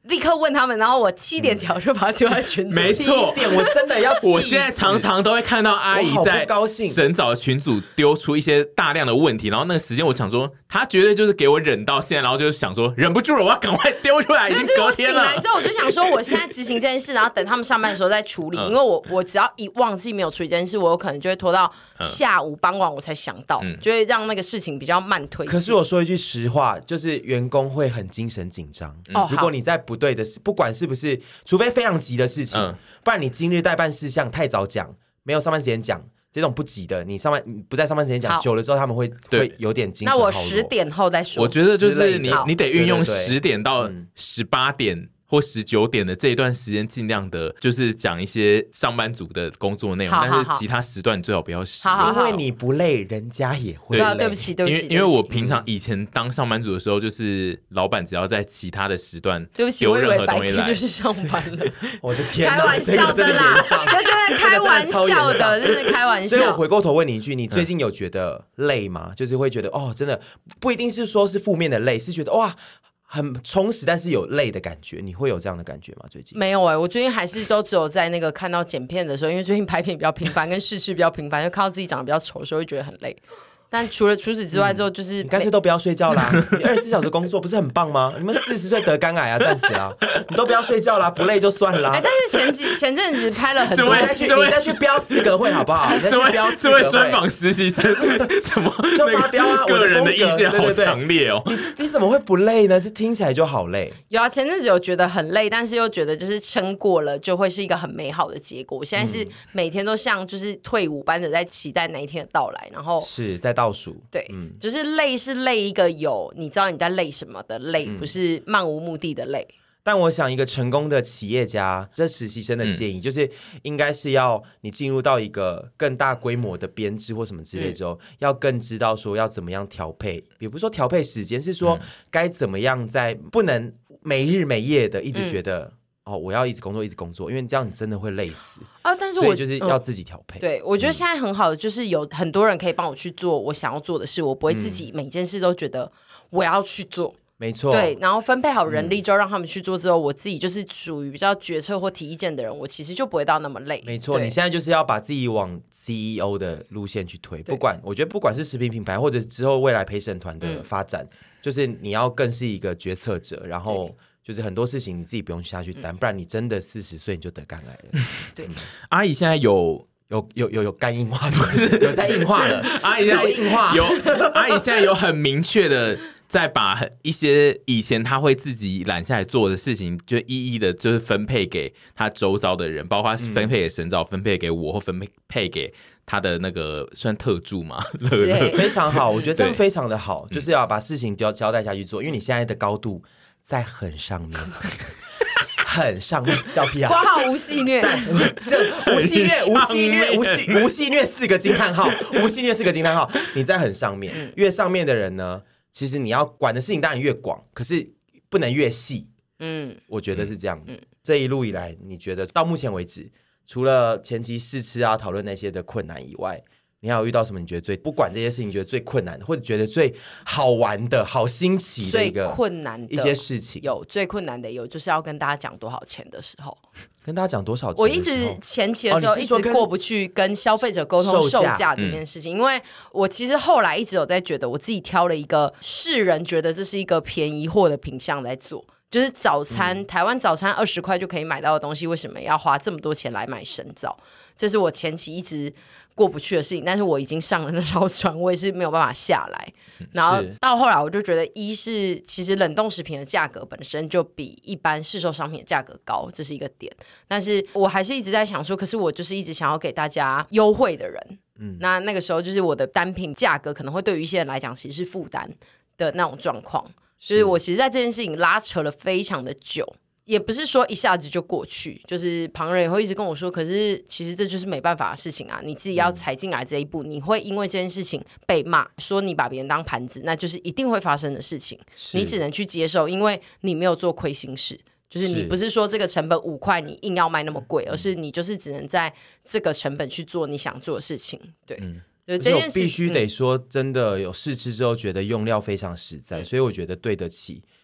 立刻问他们，然后我七点起来就把它丢在群组。 没错， 七点我真的要气死， 我现在常常都会看到阿姨在审早群组丢出一些大量的问题，然后那个时间我想说，他绝对就是给我忍到现在，然后就是想说忍不住了，我要赶快丢出来，已经隔天了。 醒来之后我就想说，我现在执行这件事，然后等他们上班的时候再处理，嗯、因为我我只要一忘记没有处理这件事，我有可能就会拖到下午傍晚我才想到，嗯、就会让那个事情比较慢推进。 可是我说一句实话，就是员工会很精神紧张。嗯、如果你在不对的事，不管是不是，除非非常急的事情，嗯、不然你今日代办事项太早讲，没有上班时间讲。这种不急的，你上班不在上班时间讲久了之后，他们会会有点精神耗弱。 那我十点后再说。 我觉得就是你你得运用十点到十八点或十九点的这一段时间，尽量的就是讲一些上班族的工作内容，但是其他时段你最好不要使用， 因为你不累，人家也会累。 对不起，对不起， 因为因为我平常以前当上班族的时候，就是老板只要在其他的时段对不起，我以为白天就是上班了。 我的天哪， 开玩笑的啦，这真的开玩笑的，真的开玩笑。 所以我回过头问你一句，你最近有觉得累吗？就是会觉得哦，真的不一定是说是负面的累，是觉得哇。很充实，但是有累的感觉，你会有这样的感觉吗？最近没有哎、欸，我最近还是都只有在那个看到剪片的时候，因为最近拍片比较频繁，跟试吃比较频繁，就看到自己长得比较丑的时候，会觉得很累。但除了除此之外之后，就是、 嗯、你干脆都不要睡觉啦！你二十四小时工作不是很棒吗？你们四十岁得肝癌啊，战死啦！你都不要睡觉啦，不累就算啦。 哎、欸，但是前几前阵子拍了很多， 你再去你再去标四个会好不好？ 这位这位专访实习生怎么就发飙啊？ 个人的意见好强烈哦！ 对对对你你怎么会不累呢？这听起来就好累。 有啊，前阵子有觉得很累，但是又觉得就是撑过了，就会是一个很美好的结果。我现在是每天都像就是退伍般的在期待那一天的到来，然后是在倒数。 对。嗯就是累是累一个有你知道你在累什么的累、嗯、不是漫无目的的累。 但我想一个成功的企业家，这实习生的建议、嗯、就是应该是要你进入到一个更大规模的编制或什么之类之后、嗯、要更知道说要怎么样调配，也不是说调配时间，是说该怎么样在不能没日没夜的一直觉得、嗯哦，我要一直工作一直工作，因为这样你真的会累死啊！但是我所以就是要自己调配、嗯、 对，我觉得现在很好的就是有很多人可以帮我去做我想要做的事，我不会自己每件事都觉得我要去做、嗯、没错，对，然后分配好人力之后让他们去做之后、嗯、我自己就是属于比较决策或提意见的人，我其实就不会到那么累。 没错，你现在就是要把自己往 C E O 的路线去推，不管我觉得不管是食品品牌或者之后未来陪审团的发展、嗯、就是你要更是一个决策者，然后就是很多事情你自己不用下去担、嗯、不然你真的四十岁你就得肝癌了。 对、嗯， 阿姨现在有有有有有肝硬化，就是有在硬化了。 阿姨现在硬化， 有阿姨现在有很明确的在把一些以前他会自己揽下来做的事情，就一一的就是分配给他周遭的人，包括分配给神早、嗯、分配给我，或分配给他的那个算特助嘛，乐乐非常好，我觉得这样非常的好，就是要把事情交交代下去做，因为你现在的高度在很上面。很上面，笑屁啊！ 括号无戏虐， 无戏虐，无戏虐，无戏无戏虐四个惊叹号，无戏虐四个惊叹号。你在很上面、嗯，越上面的人呢，其实你要管的事情当然越广，可是不能越细。嗯，我觉得是这样子。嗯、这一路以来，你觉得到目前为止，除了前期试吃啊、讨论那些的困难以外，你还有遇到什么？你觉得最不管这些事情，觉得最困难的，或者觉得最好玩的、好新奇的一个最困难的一些事情？ 有最困难的有，就是要跟大家讲多少钱的时候， 跟大家讲多少钱的时候， 我一直前期的时候、哦、一直过不去跟消费者沟通售价这件事情、嗯，因为我其实后来一直有在觉得，我自己挑了一个世人觉得这是一个便宜货的品项在做。就是早餐、嗯、台湾早餐二十块就可以买到的东西，为什么要花这么多钱来买生枣？这是我前期一直过不去的事情，但是我已经上了那条船，我也是没有办法下来。然后到后来我就觉得，一是其实冷冻食品的价格本身就比一般市售商品的价格高，这是一个点。但是我还是一直在想说，可是我就是一直想要给大家优惠的人，嗯，那那个时候就是我的单品价格可能会对于一些人来讲其实是负担的那种状况。就是我其实在这件事情拉扯了非常的久，也不是说一下子就过去，就是旁人也会一直跟我说，可是其实这就是没办法的事情啊，你自己要踩进来这一步、嗯、你会因为这件事情被骂，说你把别人当盘子，那就是一定会发生的事情，你只能去接受，因为你没有做亏心事，就是你不是说这个成本五块你硬要卖那么贵、嗯、而是你就是只能在这个成本去做你想做的事情。对、嗯， 而且我必须得说真的有试吃之后觉得用料非常实在、嗯、所以我觉得对得起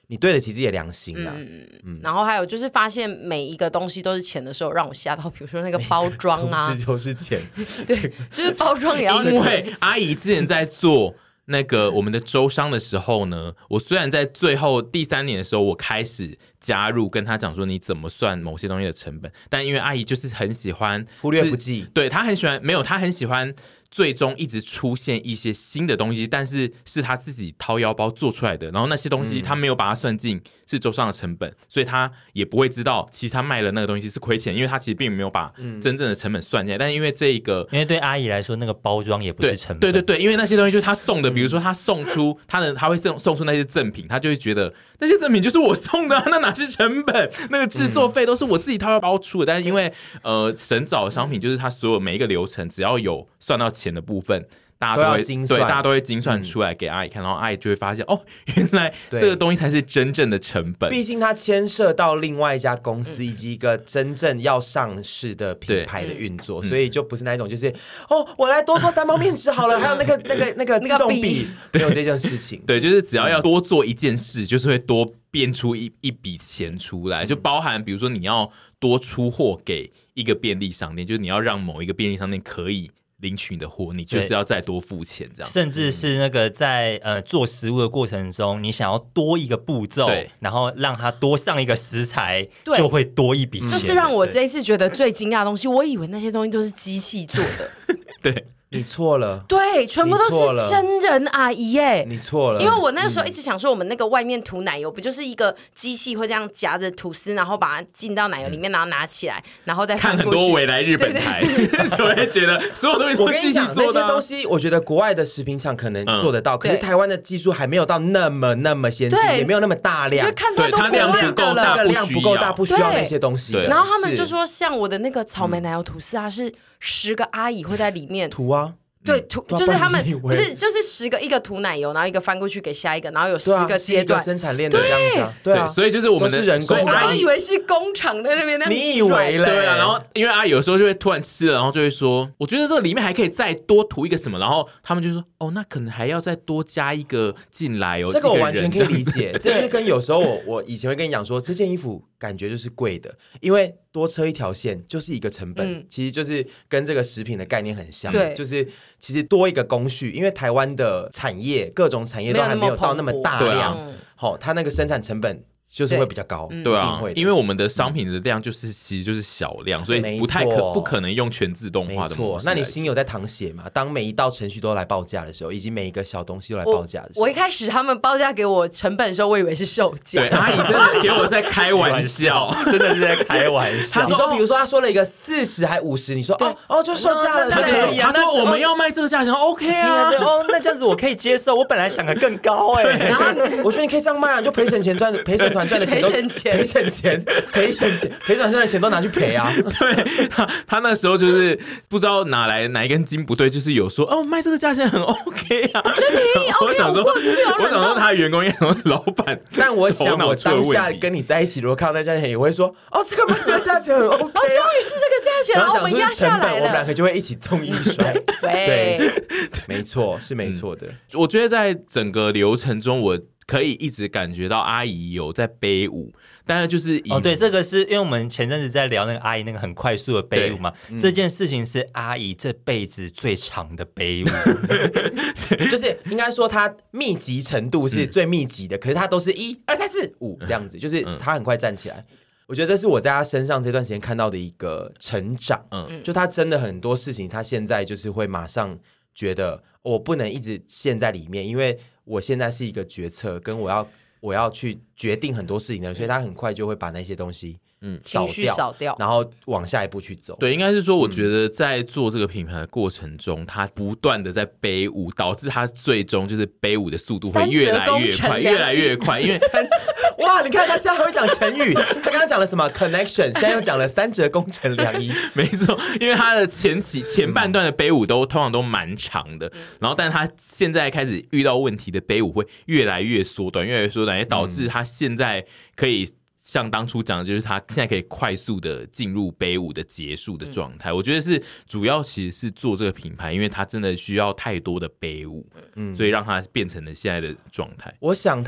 你对得起自己的良心啦。 嗯嗯、然后还有就是发现每一个东西都是钱的时候，让我吓到，比如说那个包装啊， 东西都是钱， 对，就是包装也要钱。 因为阿姨之前在做那个我们的周商的时候呢，我虽然在最后第三年的时候，我开始加入跟他讲说你怎么算某些东西的成本，但因为阿姨就是很喜欢忽略不计， 对，她很喜欢，没有，她很喜欢最终一直出现一些新的东西，但是是他自己掏腰包做出来的，然后那些东西他没有把它算进是周商的成本，所以他也不会知道其实他卖了那个东西是亏钱，因为他其实并没有把真正的成本算进来。但是因为这一个， 因为对阿姨来说，那个包装也不是成本， 对对对对，因为那些东西就是他送的，比如说他送出他的，他会送送出那些赠品，他就会觉得那些赠品就是我送的、啊，那哪是成本？那个制作费都是我自己掏腰包出的。但是因为呃，神找的商品就是他所有每一个流程，只要有算到钱的部分，大家都会精算， 对，大家都会精算出来给阿姨看，然后阿姨就会发现哦，原来这个东西才是真正的成本。 毕竟它牵涉到另外一家公司以及一个真正要上市的品牌的运作，所以就不是那一种就是哦，我来多做三包面纸好了，还有那个那个那个自动笔，没有这件事情。 对，就是只要要多做一件事，就是会多变出一一笔钱出来，就包含比如说你要多出货给一个便利商店，就是你要让某一个便利商店可以领取你的货，你就是要再多付钱这样。 甚至是那个在呃做食物的过程中，你想要多一个步骤，然后让它多上一个食材，就会多一笔钱。 这是让我这一次觉得最惊讶的东西。我以为那些东西都是机器做的， 对。 你错了， 对，全部都是真人阿姨耶！ 你错了， 因为我那个时候一直想说，我们那个外面涂奶油，不就是一个机器会这样夹着吐司，然后把它进到奶油里面，然后拿起来，然后再看很多未来日本台，就会觉得所有东西都是机器做的、啊。 那些东西，我觉得国外的食品厂可能做得到，嗯、可是台湾的技术还没有到那么那么先进，也没有那么大量， 就看太多国外的了， 那个量不够大，不需要那些东西的。 然后他们就说，像我的那个草莓奶油吐司啊，是十个阿姨会在里面涂啊。 对，涂就是他们不是就是十个一个涂奶油，然后一个翻过去给下一个，然后有十个阶段、 啊、生产链的样子、啊，对啊， 所以就是我们的都是人工， 我都以为是工厂在那边， 你以为嘞？ 对啊，然后因为阿姨有时候就会突然吃了，然后就会说，我觉得这个里面还可以再多涂一个什么，然后他们就说，哦，那可能还要再多加一个进来哦。 这个我完全可以理解，这就跟有时候我我以前会跟你讲说，这件衣服感觉就是贵的，因为多车一条线就是一个成本，嗯、其实就是跟这个食品的概念很像，就是其实多一个工序，因为台湾的产业各种产业都还没有到那么大量，好、啊，它那个生产成本就是会比较高， 对啊，因为我们的商品的量就是其实就是小量，所以不太可不可能用全自动化的模式。 那你心有在淌血嘛？当每一道程序都来报价的时候，以及每一个小东西都来报价的时候， 我, 我一开始他们报价给我成本的时候，我以为是售价， 对，阿姨真的给我在开玩笑， 真的是在开玩笑。 你说，比如说他说了一个四十还五十，你说哦哦就售价了， 他可以啊。他说我们要卖这个价钱 ，OK 啊， 哦，那这样子我可以接受。我本来想的更高哎、欸， 然后我觉得你可以这样卖啊，你就陪审钱赚，陪审团赚的钱都。赔省钱，赔省钱，赔转赚的钱都拿去赔啊！ 对他，他那时候就是不知道哪来哪一根筋不对，就是有说哦，卖这个价钱很 OK 啊， 真便宜 OK， 我想说，我想说他的员工也说老板， 但我想我当下跟你在一起，如果看到那价钱，也会说哦，这个卖这个价钱很 OK， 哦，终于是这个价钱，然后我们压下来了， 我们两个就会一起纵一摔。对，没错，是没错的。 嗯、我觉得在整个流程中，我可以一直感觉到阿姨有在背舞。但是就是哦，对，这个是因为我们前阵子在聊那个阿姨那个很快速的背舞嘛，嗯、这件事情是阿姨这辈子最长的背舞， 就是应该说她密集程度是最密集的，嗯、可是她都是一二三四五这样子，就是她很快站起来。我觉得这是我在她身上这段时间看到的一个成长，嗯，就她真的很多事情，她现在就是会马上觉得我不能一直陷在里面，因为我现在是一个决策，跟我要。我要去决定很多事情的，所以他很快就会把那些东西嗯情绪扫掉， 然后往下一步去走。 对，应该是说，我觉得在做这个品牌的过程中，他不断的在背舞，导致他最终就是背舞的速度会越来越快，越来越快。因为哇，你看他现在还会讲成语，他刚刚讲了什么 connection， 现在又讲了三折工程两一， 没错。因为他的前期前半段的背舞都通常都蛮长的，嗯、然后但是他现在开始遇到问题的背舞会越来越缩短，越来越缩短，也导致他现在可以。像当初讲的，就是他现在可以快速的进入背舞的结束的状态。嗯、我觉得是主要其实是做这个品牌，因为他真的需要太多的背舞，嗯，所以让他变成了现在的状态。 我想他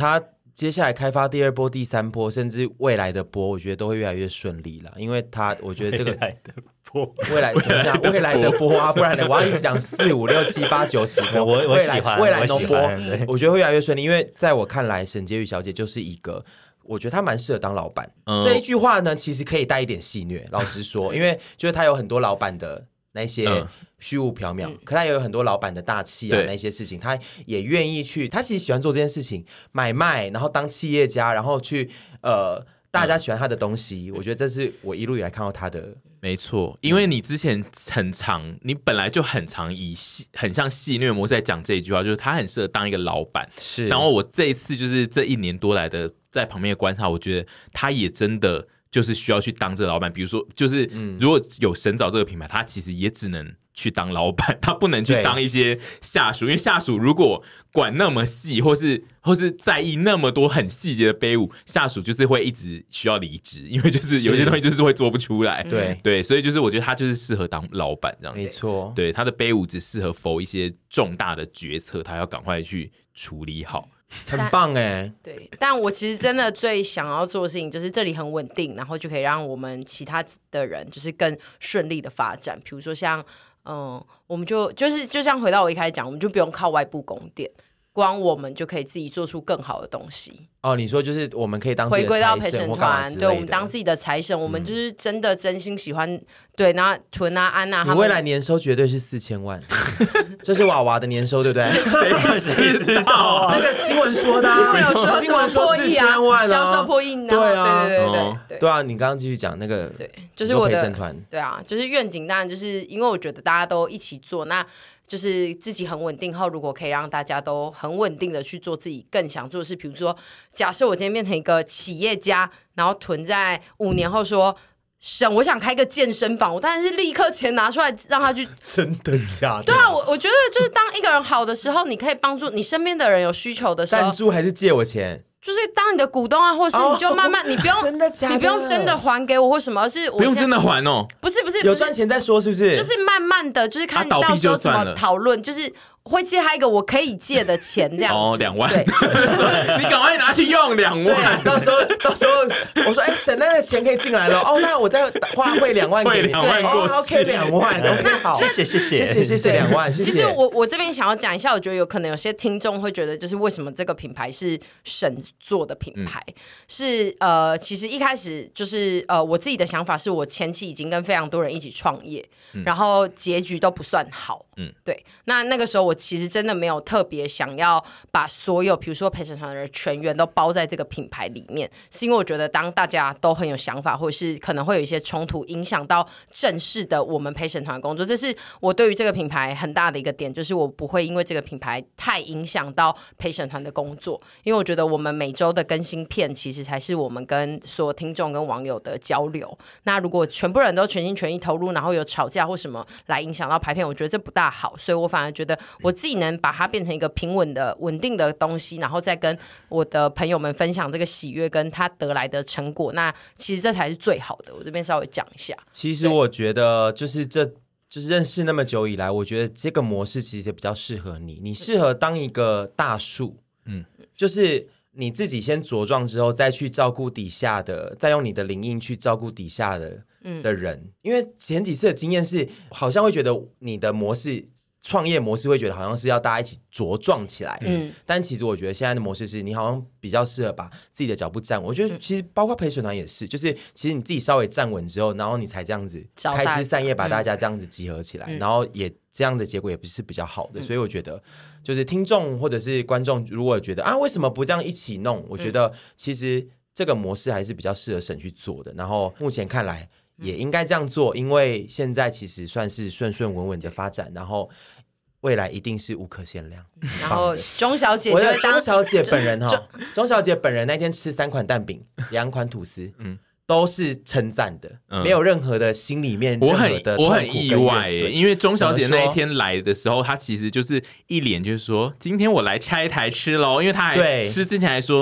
接下来开发第二波、第三波，甚至未来的波，我觉得都会越来越顺利了。因为它，我觉得这个未来的波， 未来怎么讲？未来的波啊，不然呢，我要一直讲四五六七八九十波。 我我未来喜欢未来农波， 我我觉得会越来越顺利。因为在我看来，沈婕妤小姐就是一个。我觉得她蛮适合当老板、嗯、这一句话呢，其实可以带一点戏谑。老实说，因为就是她有很多老板的那些虚无缥缈、嗯，可她也有很多老板的大气啊，那些事情，她也愿意去。她其实喜欢做这件事情，买卖，然后当企业家，然后去呃，大家喜欢她的东西、嗯。我觉得这是我一路以来看到她的。 没错，因为你之前很常，你本来就很常以戏很像戏谑模式在讲这一句话，就是他很适合当一个老板。 是， 然后我这一次就是这一年多来的在旁边的观察，我觉得他也真的就是需要去当这个老板。比如说，就是如果有神早这个品牌，他其实也只能去当老板，他不能去当一些下属，因为下属如果管那么细，或是或是在意那么多很细节的杯舞，下属就是会一直需要离职，因为就是有些东西就是会做不出来。 对对，所以就是我觉得他就是适合当老板这样子。 没错， 对，他的杯舞只适合 for 一些重大的决策，他要赶快去处理好。 很棒哎， 对，但我其实真的最想要做的事情就是这里很稳定，然后就可以让我们其他的人就是更顺利的发展。比如说像嗯，我们就就是就像回到我一开始讲，我们就不用靠外部供电，光我们就可以自己做出更好的东西。 哦，你说就是我们可以当回归到陪审团，对，我们当自己的财神、嗯，我们就是真的真心喜欢。对，那屯啊、安啊， 你未来年收绝对是四千万，这是娃娃的年收，对不对？ 谁知道啊？ 那个新闻说的、啊， 新闻有说新闻说四千万销、啊、售破亿， 对啊， 对对对 对, 对, 对啊！你刚刚继续讲那个， 对，就是我的陪审团， 对啊，就是愿景，当然就是因为我觉得大家都一起做，那就是自己很稳定后，如果可以让大家都很稳定的去做自己更想做的事，比如说，假设我今天变成一个企业家，然后囤在五年后说。省，我想开个健身房，我当然是立刻钱拿出来让他去。 真的假的？ 对啊，我我觉得就是当一个人好的时候，你可以帮助你身边的人有需求的时候， 赞助还是借我钱？ 就是当你的股东啊，或是你就慢慢， oh, 你不用真的假的， 你不用真的还给我或什么，而是我不用真的还哦， 不是不是， 有赚钱再说，是不是？ 就是慢慢的就是看到时候怎么讨论，就是会借他一个我可以借的钱这样子。 哦，两万，你赶快拿去用两万， 到时候到时候我说，哎，沈奈的钱可以进来了，哦，那我再花汇两万给你， 两万过去 ，OK， 两万 ，OK， 好， 谢谢谢谢谢谢谢谢两万，谢谢。 其实我我这边想要讲一下，我觉得有可能有些听众会觉得，就是为什么这个品牌是沈做的品牌。嗯是呃，其实一开始就是呃，我自己的想法是我前期已经跟非常多人一起创业，嗯、然后结局都不算好，嗯，对。那那个时候我其实真的没有特别想要把所有，比如说陪审团的全员都包在这个品牌里面，是因为我觉得当大家都很有想法，或者是可能会有一些冲突，影响到正式的我们陪审团工作，这是我对于这个品牌很大的一个点，就是我不会因为这个品牌太影响到陪审团的工作，因为我觉得我们每周的更新片其实才是我们跟所有听众跟网友的交流。那如果全部人都全心全意投入，然后有吵架或什么来影响到排片，我觉得这不大好。所以我反而觉得我自己能把它变成一个平稳的、稳定的东西，然后再跟我的朋友们分享这个喜悦跟他得来的成果。那其实这才是最好的。我这边稍微讲一下。 其实我觉得就是这。就是认识那么久以来，我觉得这个模式其实也比较适合你。你适合当一个大树，嗯，就是你自己先茁壮之后，再去照顾底下的，再用你的灵印去照顾底下的、嗯、的人。因为前几次的经验是，好像会觉得你的模式。创业模式会觉得好像是要大家一起茁壮起来，嗯，但其实我觉得现在的模式是你好像比较适合把自己的脚步站稳。我觉得其实包括陪审团也是，就是其实你自己稍微站稳之后，然后你才这样子开枝散叶，把大家这样子集合起来，嗯、然后也这样的结果也不是比较好的。嗯、所以我觉得，就是听众或者是观众如果觉得啊为什么不这样一起弄，我觉得其实这个模式还是比较适合沈去做的。然后目前看来。也应该这样做，因为现在其实算是顺顺稳稳的发展，然后未来一定是无可限量。 然后钟小姐就会当， 我的钟小姐本人哈，钟小姐本人那天吃三款蛋饼，两款吐司，嗯，都是称赞的、嗯，没有任何的心里面任何的痛苦跟我很意外耶，因为钟小姐那一天来的时候，她其实就是一脸就是说，今天我来拆台吃咯，因为她还吃之前还说。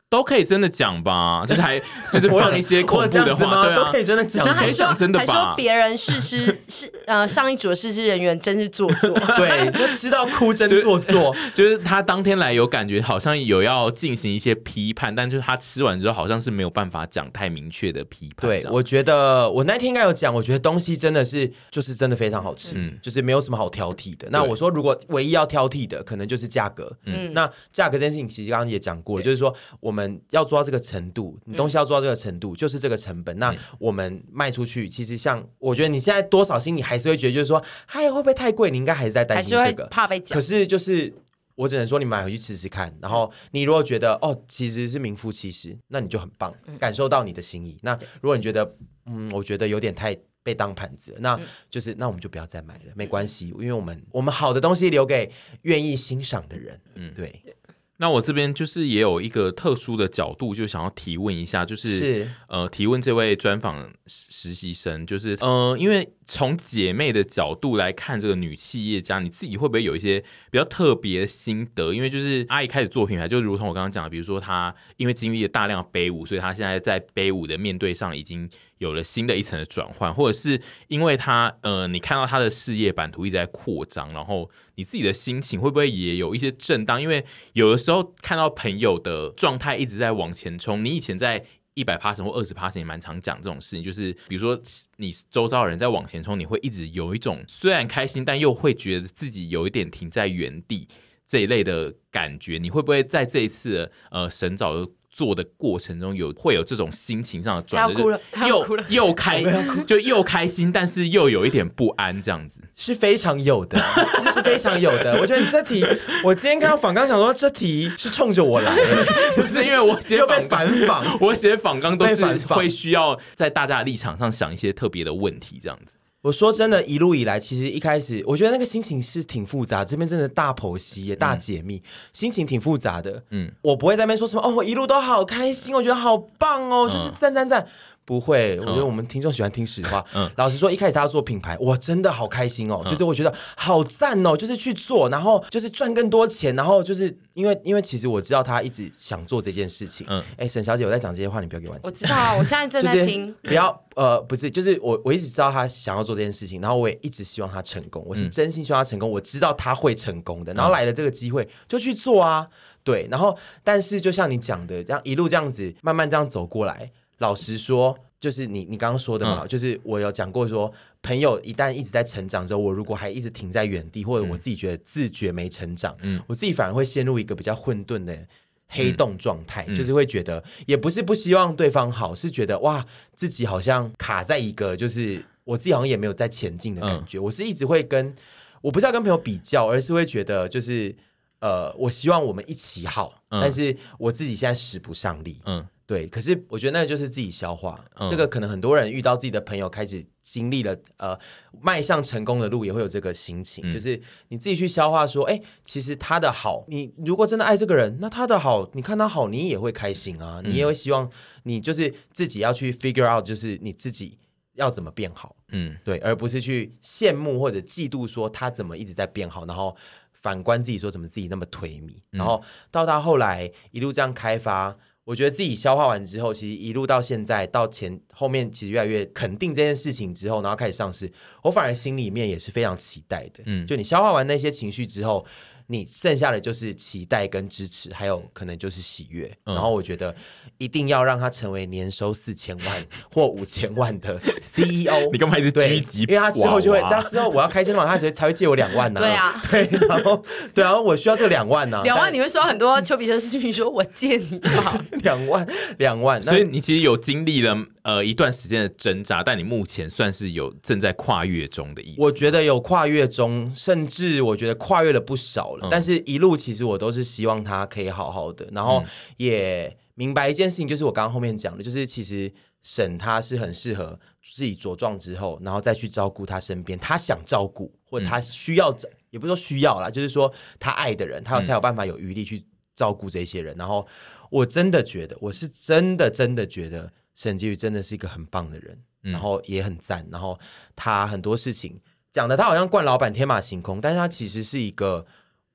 都可以真的讲吧，就是还就是放一些恐怖的话，对啊， 都可以真的讲， 然后还说真的吧， 还说别人试吃是呃上一组的试吃人员真是做作， 对，就吃到哭真做作， 就是他当天来有感觉好像有要进行一些批判，但就是他吃完之后好像是没有办法讲太明确的批判。 对，我觉得我那天应该有讲，我觉得东西真的是就是真的非常好吃，嗯，就是没有什么好挑剔的。那我说如果唯一要挑剔的，可能就是价格，嗯，那价格这件事情其实刚刚也讲过了，就是说我们要做到这个程度，你东西要做到这个程度，就是这个成本。那我们卖出去，其实像我觉得你现在多少心里还是会觉得，就是说，哎，会不会太贵？你应该还是在担心这个， 怕被讲。 可是就是我只能说，你买回去吃吃看。然后你如果觉得哦，其实是名副其实，那你就很棒，感受到你的心意。那如果你觉得嗯，我觉得有点太被当盘子了，那就是、嗯、那我们就不要再买了，没关系，因为我们我们好的东西留给愿意欣赏的人。嗯，对。 那我这边就是也有一个特殊的角度，就想要提问一下，就是是呃，提问这位专访实习生，就是呃，因为从姐妹的角度来看，这个女企业家，你自己会不会有一些比较特别的心得？因为就是阿姨开始做品牌，就如同我刚刚讲的，比如说她因为经历了大量的杯舞，所以她现在在杯舞的面对上已经有了新的一层的转换，或者是因为她呃，你看到她的事业版图一直在扩张，然后你自己的心情会不会也有一些震荡？因为有的时候看到朋友的状态一直在往前冲，你以前在一百趴或二十趴也蛮常讲这种事情，就是比如说你周遭的人在往前冲，你会一直有一种虽然开心，但又会觉得自己有一点停在原地这一类的感觉。你会不会在这一次呃神早的做的过程中有会有这种心情上的转折，又又开就又开心，但是又有一点不安，这样子是非常有的，是非常有的。我觉得你这题，我今天看到访纲，想说这题是冲着我来的， 就是因为我写又被反访， 我写访纲都是会需要在大家的立场上想一些特别的问题，这样子。 我说真的，一路以来，其实一开始我觉得那个心情是挺复杂，这边真的大剖析耶、大解密，嗯、心情挺复杂的。嗯，我不会在那边说什么哦，我一路都好开心，我觉得好棒哦，就是赞赞赞。不会，我觉得我们听众喜欢听实话。嗯，老实说，一开始他要做品牌，我真的好开心哦，嗯、就是我觉得好赞哦，就是去做，然后就是赚更多钱，然后就是因为因为其实我知道他一直想做这件事情。嗯，哎，沈小姐，我在讲这些话，你不要给我。 我知道啊，我现在正在听。 就是、不要呃，不是，就是我我一直知道他想要做这件事情，然后我也一直希望他成功，我是真心希望他成功，我知道他会成功的，然后来了这个机会就去做啊，对，然后但是就像你讲的，这样一路这样子慢慢这样走过来。老实说，就是你你刚刚说的嘛、嗯，就是我有讲过说，朋友一旦一直在成长之后，我如果还一直停在原地，或者我自己觉得自觉没成长，嗯，我自己反而会陷入一个比较混沌的黑洞状态、嗯，就是会觉得也不是不希望对方好，是觉得哇，自己好像卡在一个就是我自己好像也没有在前进的感觉。嗯、我是一直会跟我不是要跟朋友比较，而是会觉得就是呃，我希望我们一起好，嗯、但是我自己现在使不上力，嗯。对，可是我觉得那个就是自己消化、嗯、这个可能很多人遇到自己的朋友开始经历了呃迈向成功的路，也会有这个心情、嗯、就是你自己去消化说，哎，其实他的好，你如果真的爱这个人，那他的好你看他好你也会开心啊、嗯、你也会希望你就是自己要去 figure out 就是你自己要怎么变好，嗯，对，而不是去羡慕或者嫉妒说他怎么一直在变好，然后反观自己说怎么自己那么颓靡、嗯、然后到他后来一路这样开发，我觉得自己消化完之后，其实一路到现在到前后面，其实越来越肯定这件事情之后，然后开始上市，我反而心里面也是非常期待的。嗯，就你消化完那些情绪之后，你剩下的就是期待跟支持，还有可能就是喜悦。嗯、然后我觉得一定要让他成为年收四千万或五千万的 C E O。 你干嘛一直狙击？ 因为他之后就会，这样之后我要开健身房，他才会借我两万呢、啊。 对啊， 对，然后对啊，我需要这两万呢、啊。 两万你会收到很多丘比特视频，说我借你吧。 两万，两万。 所以你其实有经历了呃一段时间的挣扎，但你目前算是有正在跨越中的意思。 我觉得有跨越中，甚至我觉得跨越了不少了。嗯、但是一路其实我都是希望他可以好好的，然后也明白一件事情，就是我刚刚后面讲的，就是其实沈他是很适合自己茁壮之后，然后再去照顾他身边他想照顾或者他需要、嗯、也不是说需要啦，就是说他爱的人，他才有办法有余力去照顾这些人。然后我真的觉得，我是真的真的觉得沈婕妤真的是一个很棒的人，嗯、然后也很赞，然后他很多事情讲的他好像惯老板天马行空，但是他其实是一个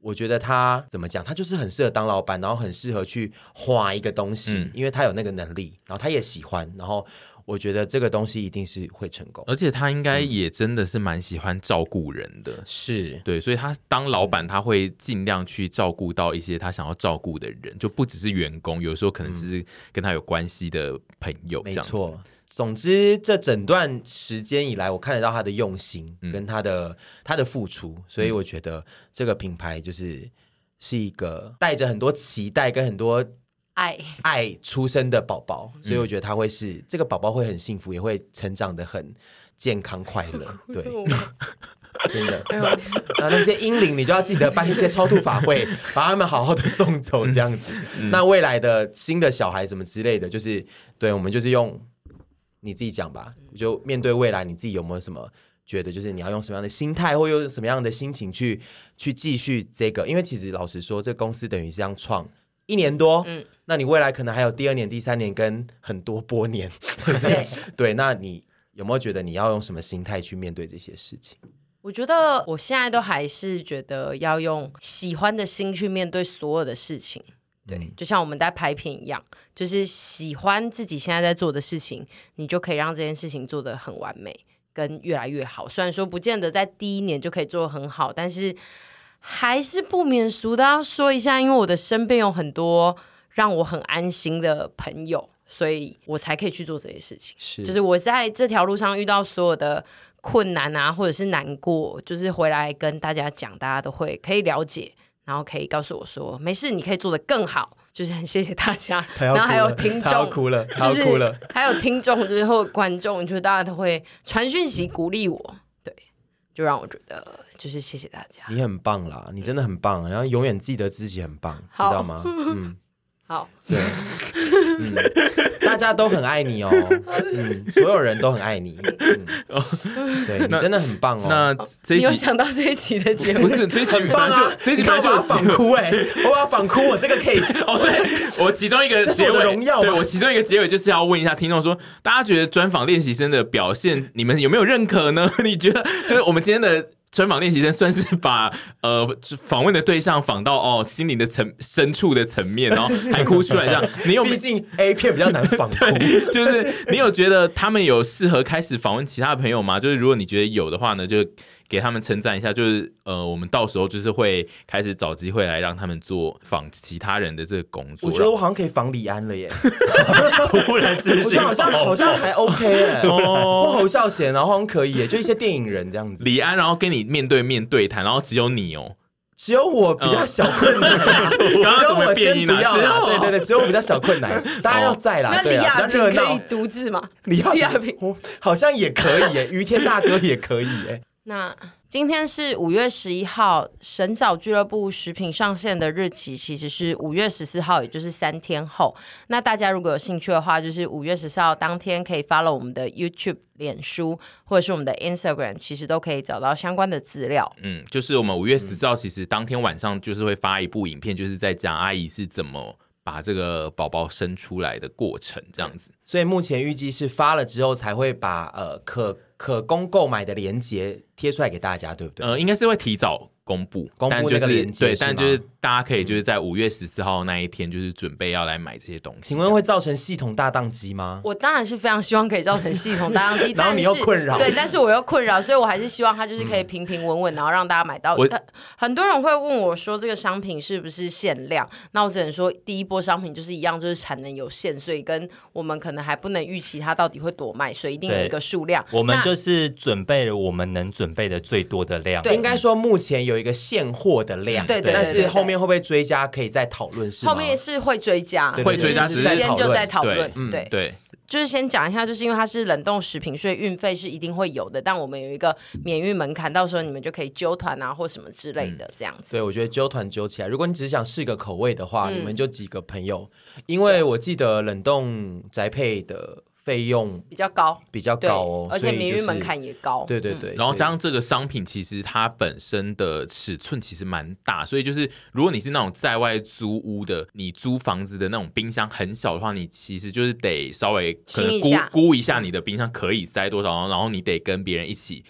我觉得他怎么讲，他就是很适合当老板，然后很适合去花一个东西、嗯、因为他有那个能力，然后他也喜欢，然后我觉得这个东西一定是会成功， 而且他应该也真的是蛮喜欢照顾人的、嗯、 是对， 所以他当老板他会尽量去照顾到一些他想要照顾的人，就不只是员工，有时候可能只是跟他有关系的朋友这样子、嗯、没错。 总之这整段时间以来我看得到他的用心跟他的、嗯、他的付出，所以我觉得这个品牌就是是一个带着很多期待跟很多爱爱出生的宝宝，所以我觉得他会是、嗯、这个宝宝会很幸福，也会成长得很健康快乐，对真的然后那些婴灵你就要记得办一些超度法会把他们好好的送走这样子、嗯、那未来的新的小孩什么之类的，就是对我们就是用你自己讲吧，就面对未来你自己有没有什么觉得就是你要用什么样的心态或用什么样的心情去去继续这个，因为其实老实说这个公司等于是这样创一年多、嗯、那你未来可能还有第二年第三年跟很多波年对, 对，那你有没有觉得你要用什么心态去面对这些事情？ 我觉得我现在都还是觉得要用喜欢的心去面对所有的事情，对、嗯，就像我们在拍片一样，就是喜欢自己现在在做的事情，你就可以让这件事情做得很完美跟越来越好。虽然说不见得在第一年就可以做得很好，但是还是不免俗的要说一下，因为我的身边有很多让我很安心的朋友，所以我才可以去做这些事情。是，就是我在这条路上遇到所有的困难啊，或者是难过，就是回来跟大家讲，大家都会可以了解，然后可以告诉我说没事，你可以做得更好，就是很谢谢大家。然后还有听众，他要哭了，他要哭了， 就是还有听众，就是或观众，就是大家都会传讯息鼓励我，对，就让我觉得就是谢谢大家。 你很棒啦，你真的很棒，然后永远记得自己很棒，知道吗？嗯， 好， 对，嗯，大家都很爱你哦，嗯，所有人都很爱你，嗯，对，你真的很棒哦。 那这一集你有想到这一集的节目？ 不是，这一集很棒啊，这一集本来就有反哭哎、欸，我把它反哭，我这个可以哦。对，我其中一个结尾，荣耀对我其中一个结尾就是要问一下听众说，大家觉得专访练习生的表现，你们有没有认可呢？你觉得就是我们今天的专访练习生算是把呃访问的对象访到哦心灵的层深处的层面，然后还哭出来这样。你有毕竟 A 片比较难访哭， 就是你有觉得他们有适合开始访问其他的朋友吗？就是如果你觉得有的话呢，就给他们称赞一下。就是呃，我们到时候就是会开始找机会来让他们做访其他人的这个工作。 我觉得我好像可以访李安了耶， 突然之间好像好像还 OK 耶，或侯孝贤，然后好像可以耶，就一些电影人这样子。 李安，然后跟你面对面对谈，然后只有你哦。 只有我比较小困难、啊， 刚刚怎么变音了？ 对对对，只有我比较小困难，大家要在啦。 那李亚平可以独自吗？ 李亚平好像也可以耶，于天大哥也可以耶。 那今天是五月十一号，神早俱乐部食品上线的日期其实是五月十四号，也就是三天后。那大家如果有兴趣的话，就是五月十四号当天可以 follow 我们的 YouTube、脸书或者是我们的 Instagram， 其实都可以找到相关的资料。 嗯，就是我们五月十四号，其实当天晚上就是会发一部影片，就是在讲阿姨是怎么把这个宝宝生出来的过程这样子。 所以目前预计是发了之后才会把呃可可供购买的连结贴出来给大家，对不对？ 呃，应该是会提早公布， 公布那个连结、 就是、对，但就是大家可以就是在五月十四号那一天，就是准备要来买这些东西。 请问会造成系统大宕机吗？ 我当然是非常希望可以造成系统大宕机， 然后你又困扰， 对，但是我又困扰，所以我还是希望它就是可以平平稳稳，然后让大家买到。很多人会问我说，这个商品是不是限量？那我只能说，第一波商品就是一样，就是产能有限，所以跟我们可能还不能预期它到底会多卖，所以一定有一个数量。 我们就是准备了我们能准备的最多的量。 应该说目前有一个现货的量， 对对对， 但是后面会不会追加可以再讨论是吗？ 后面是会追加， 会追加， 时间就在讨论。 对对， 就是先讲一下，就是因为它是冷冻食品，所以运费是一定会有的，但我们有一个免运门槛，到时候你们就可以揪团啊或什么之类的这样子。 所以我觉得揪团揪起来，如果你只是想试个口味的话、嗯、你们就几个朋友，因为我记得冷冻宅配的费用比较高， 比较高哦， 而且免运门槛也高。 对对对、嗯， 然后加上这个商品，其实它本身的尺寸其实蛮大，所以就是如果你是那种在外租屋的，你租房子的那种冰箱很小的话，你其实就是得稍微可能估估一下你的冰箱可以塞多少，然后你得跟别人一起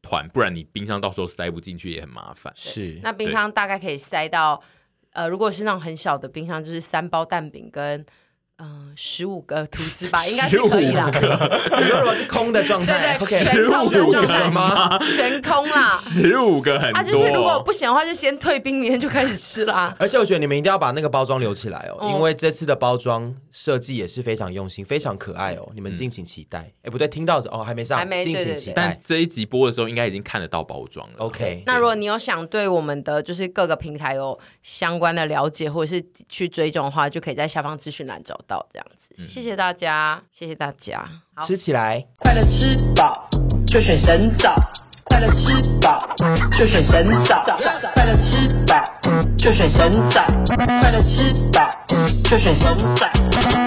团，不然你冰箱到时候塞不进去也很麻烦。 是， 那冰箱大概可以塞到，呃，如果是那种很小的冰箱，就是三包蛋饼跟。嗯，十五个图资吧，应该是可以啦。 你说如果是空的状态， 对对，全空的状态吗？全空啦， 十五个很多。 啊，就是如果不行的话，就先退冰，明天就开始吃啦。 而且我觉得你们一定要把那个包装留起来哦，嗯、因为这次的包装设计也是非常用心，非常可爱哦。你们敬请期待。哎、嗯，不对，听到哦还没上， 还没敬请期待。 但这一集播的时候，应该已经看得到包装了。 OK， 那如果你有想对我们的就是各个平台有相关的了解，或者是去追踪的话，就可以在下方资讯栏找到这样子。嗯、谢谢大家，谢谢大家， 吃起来， 快乐吃饱就选神早，快乐吃饱就选神早，快乐吃饱就选神早，快乐吃饱就选神早。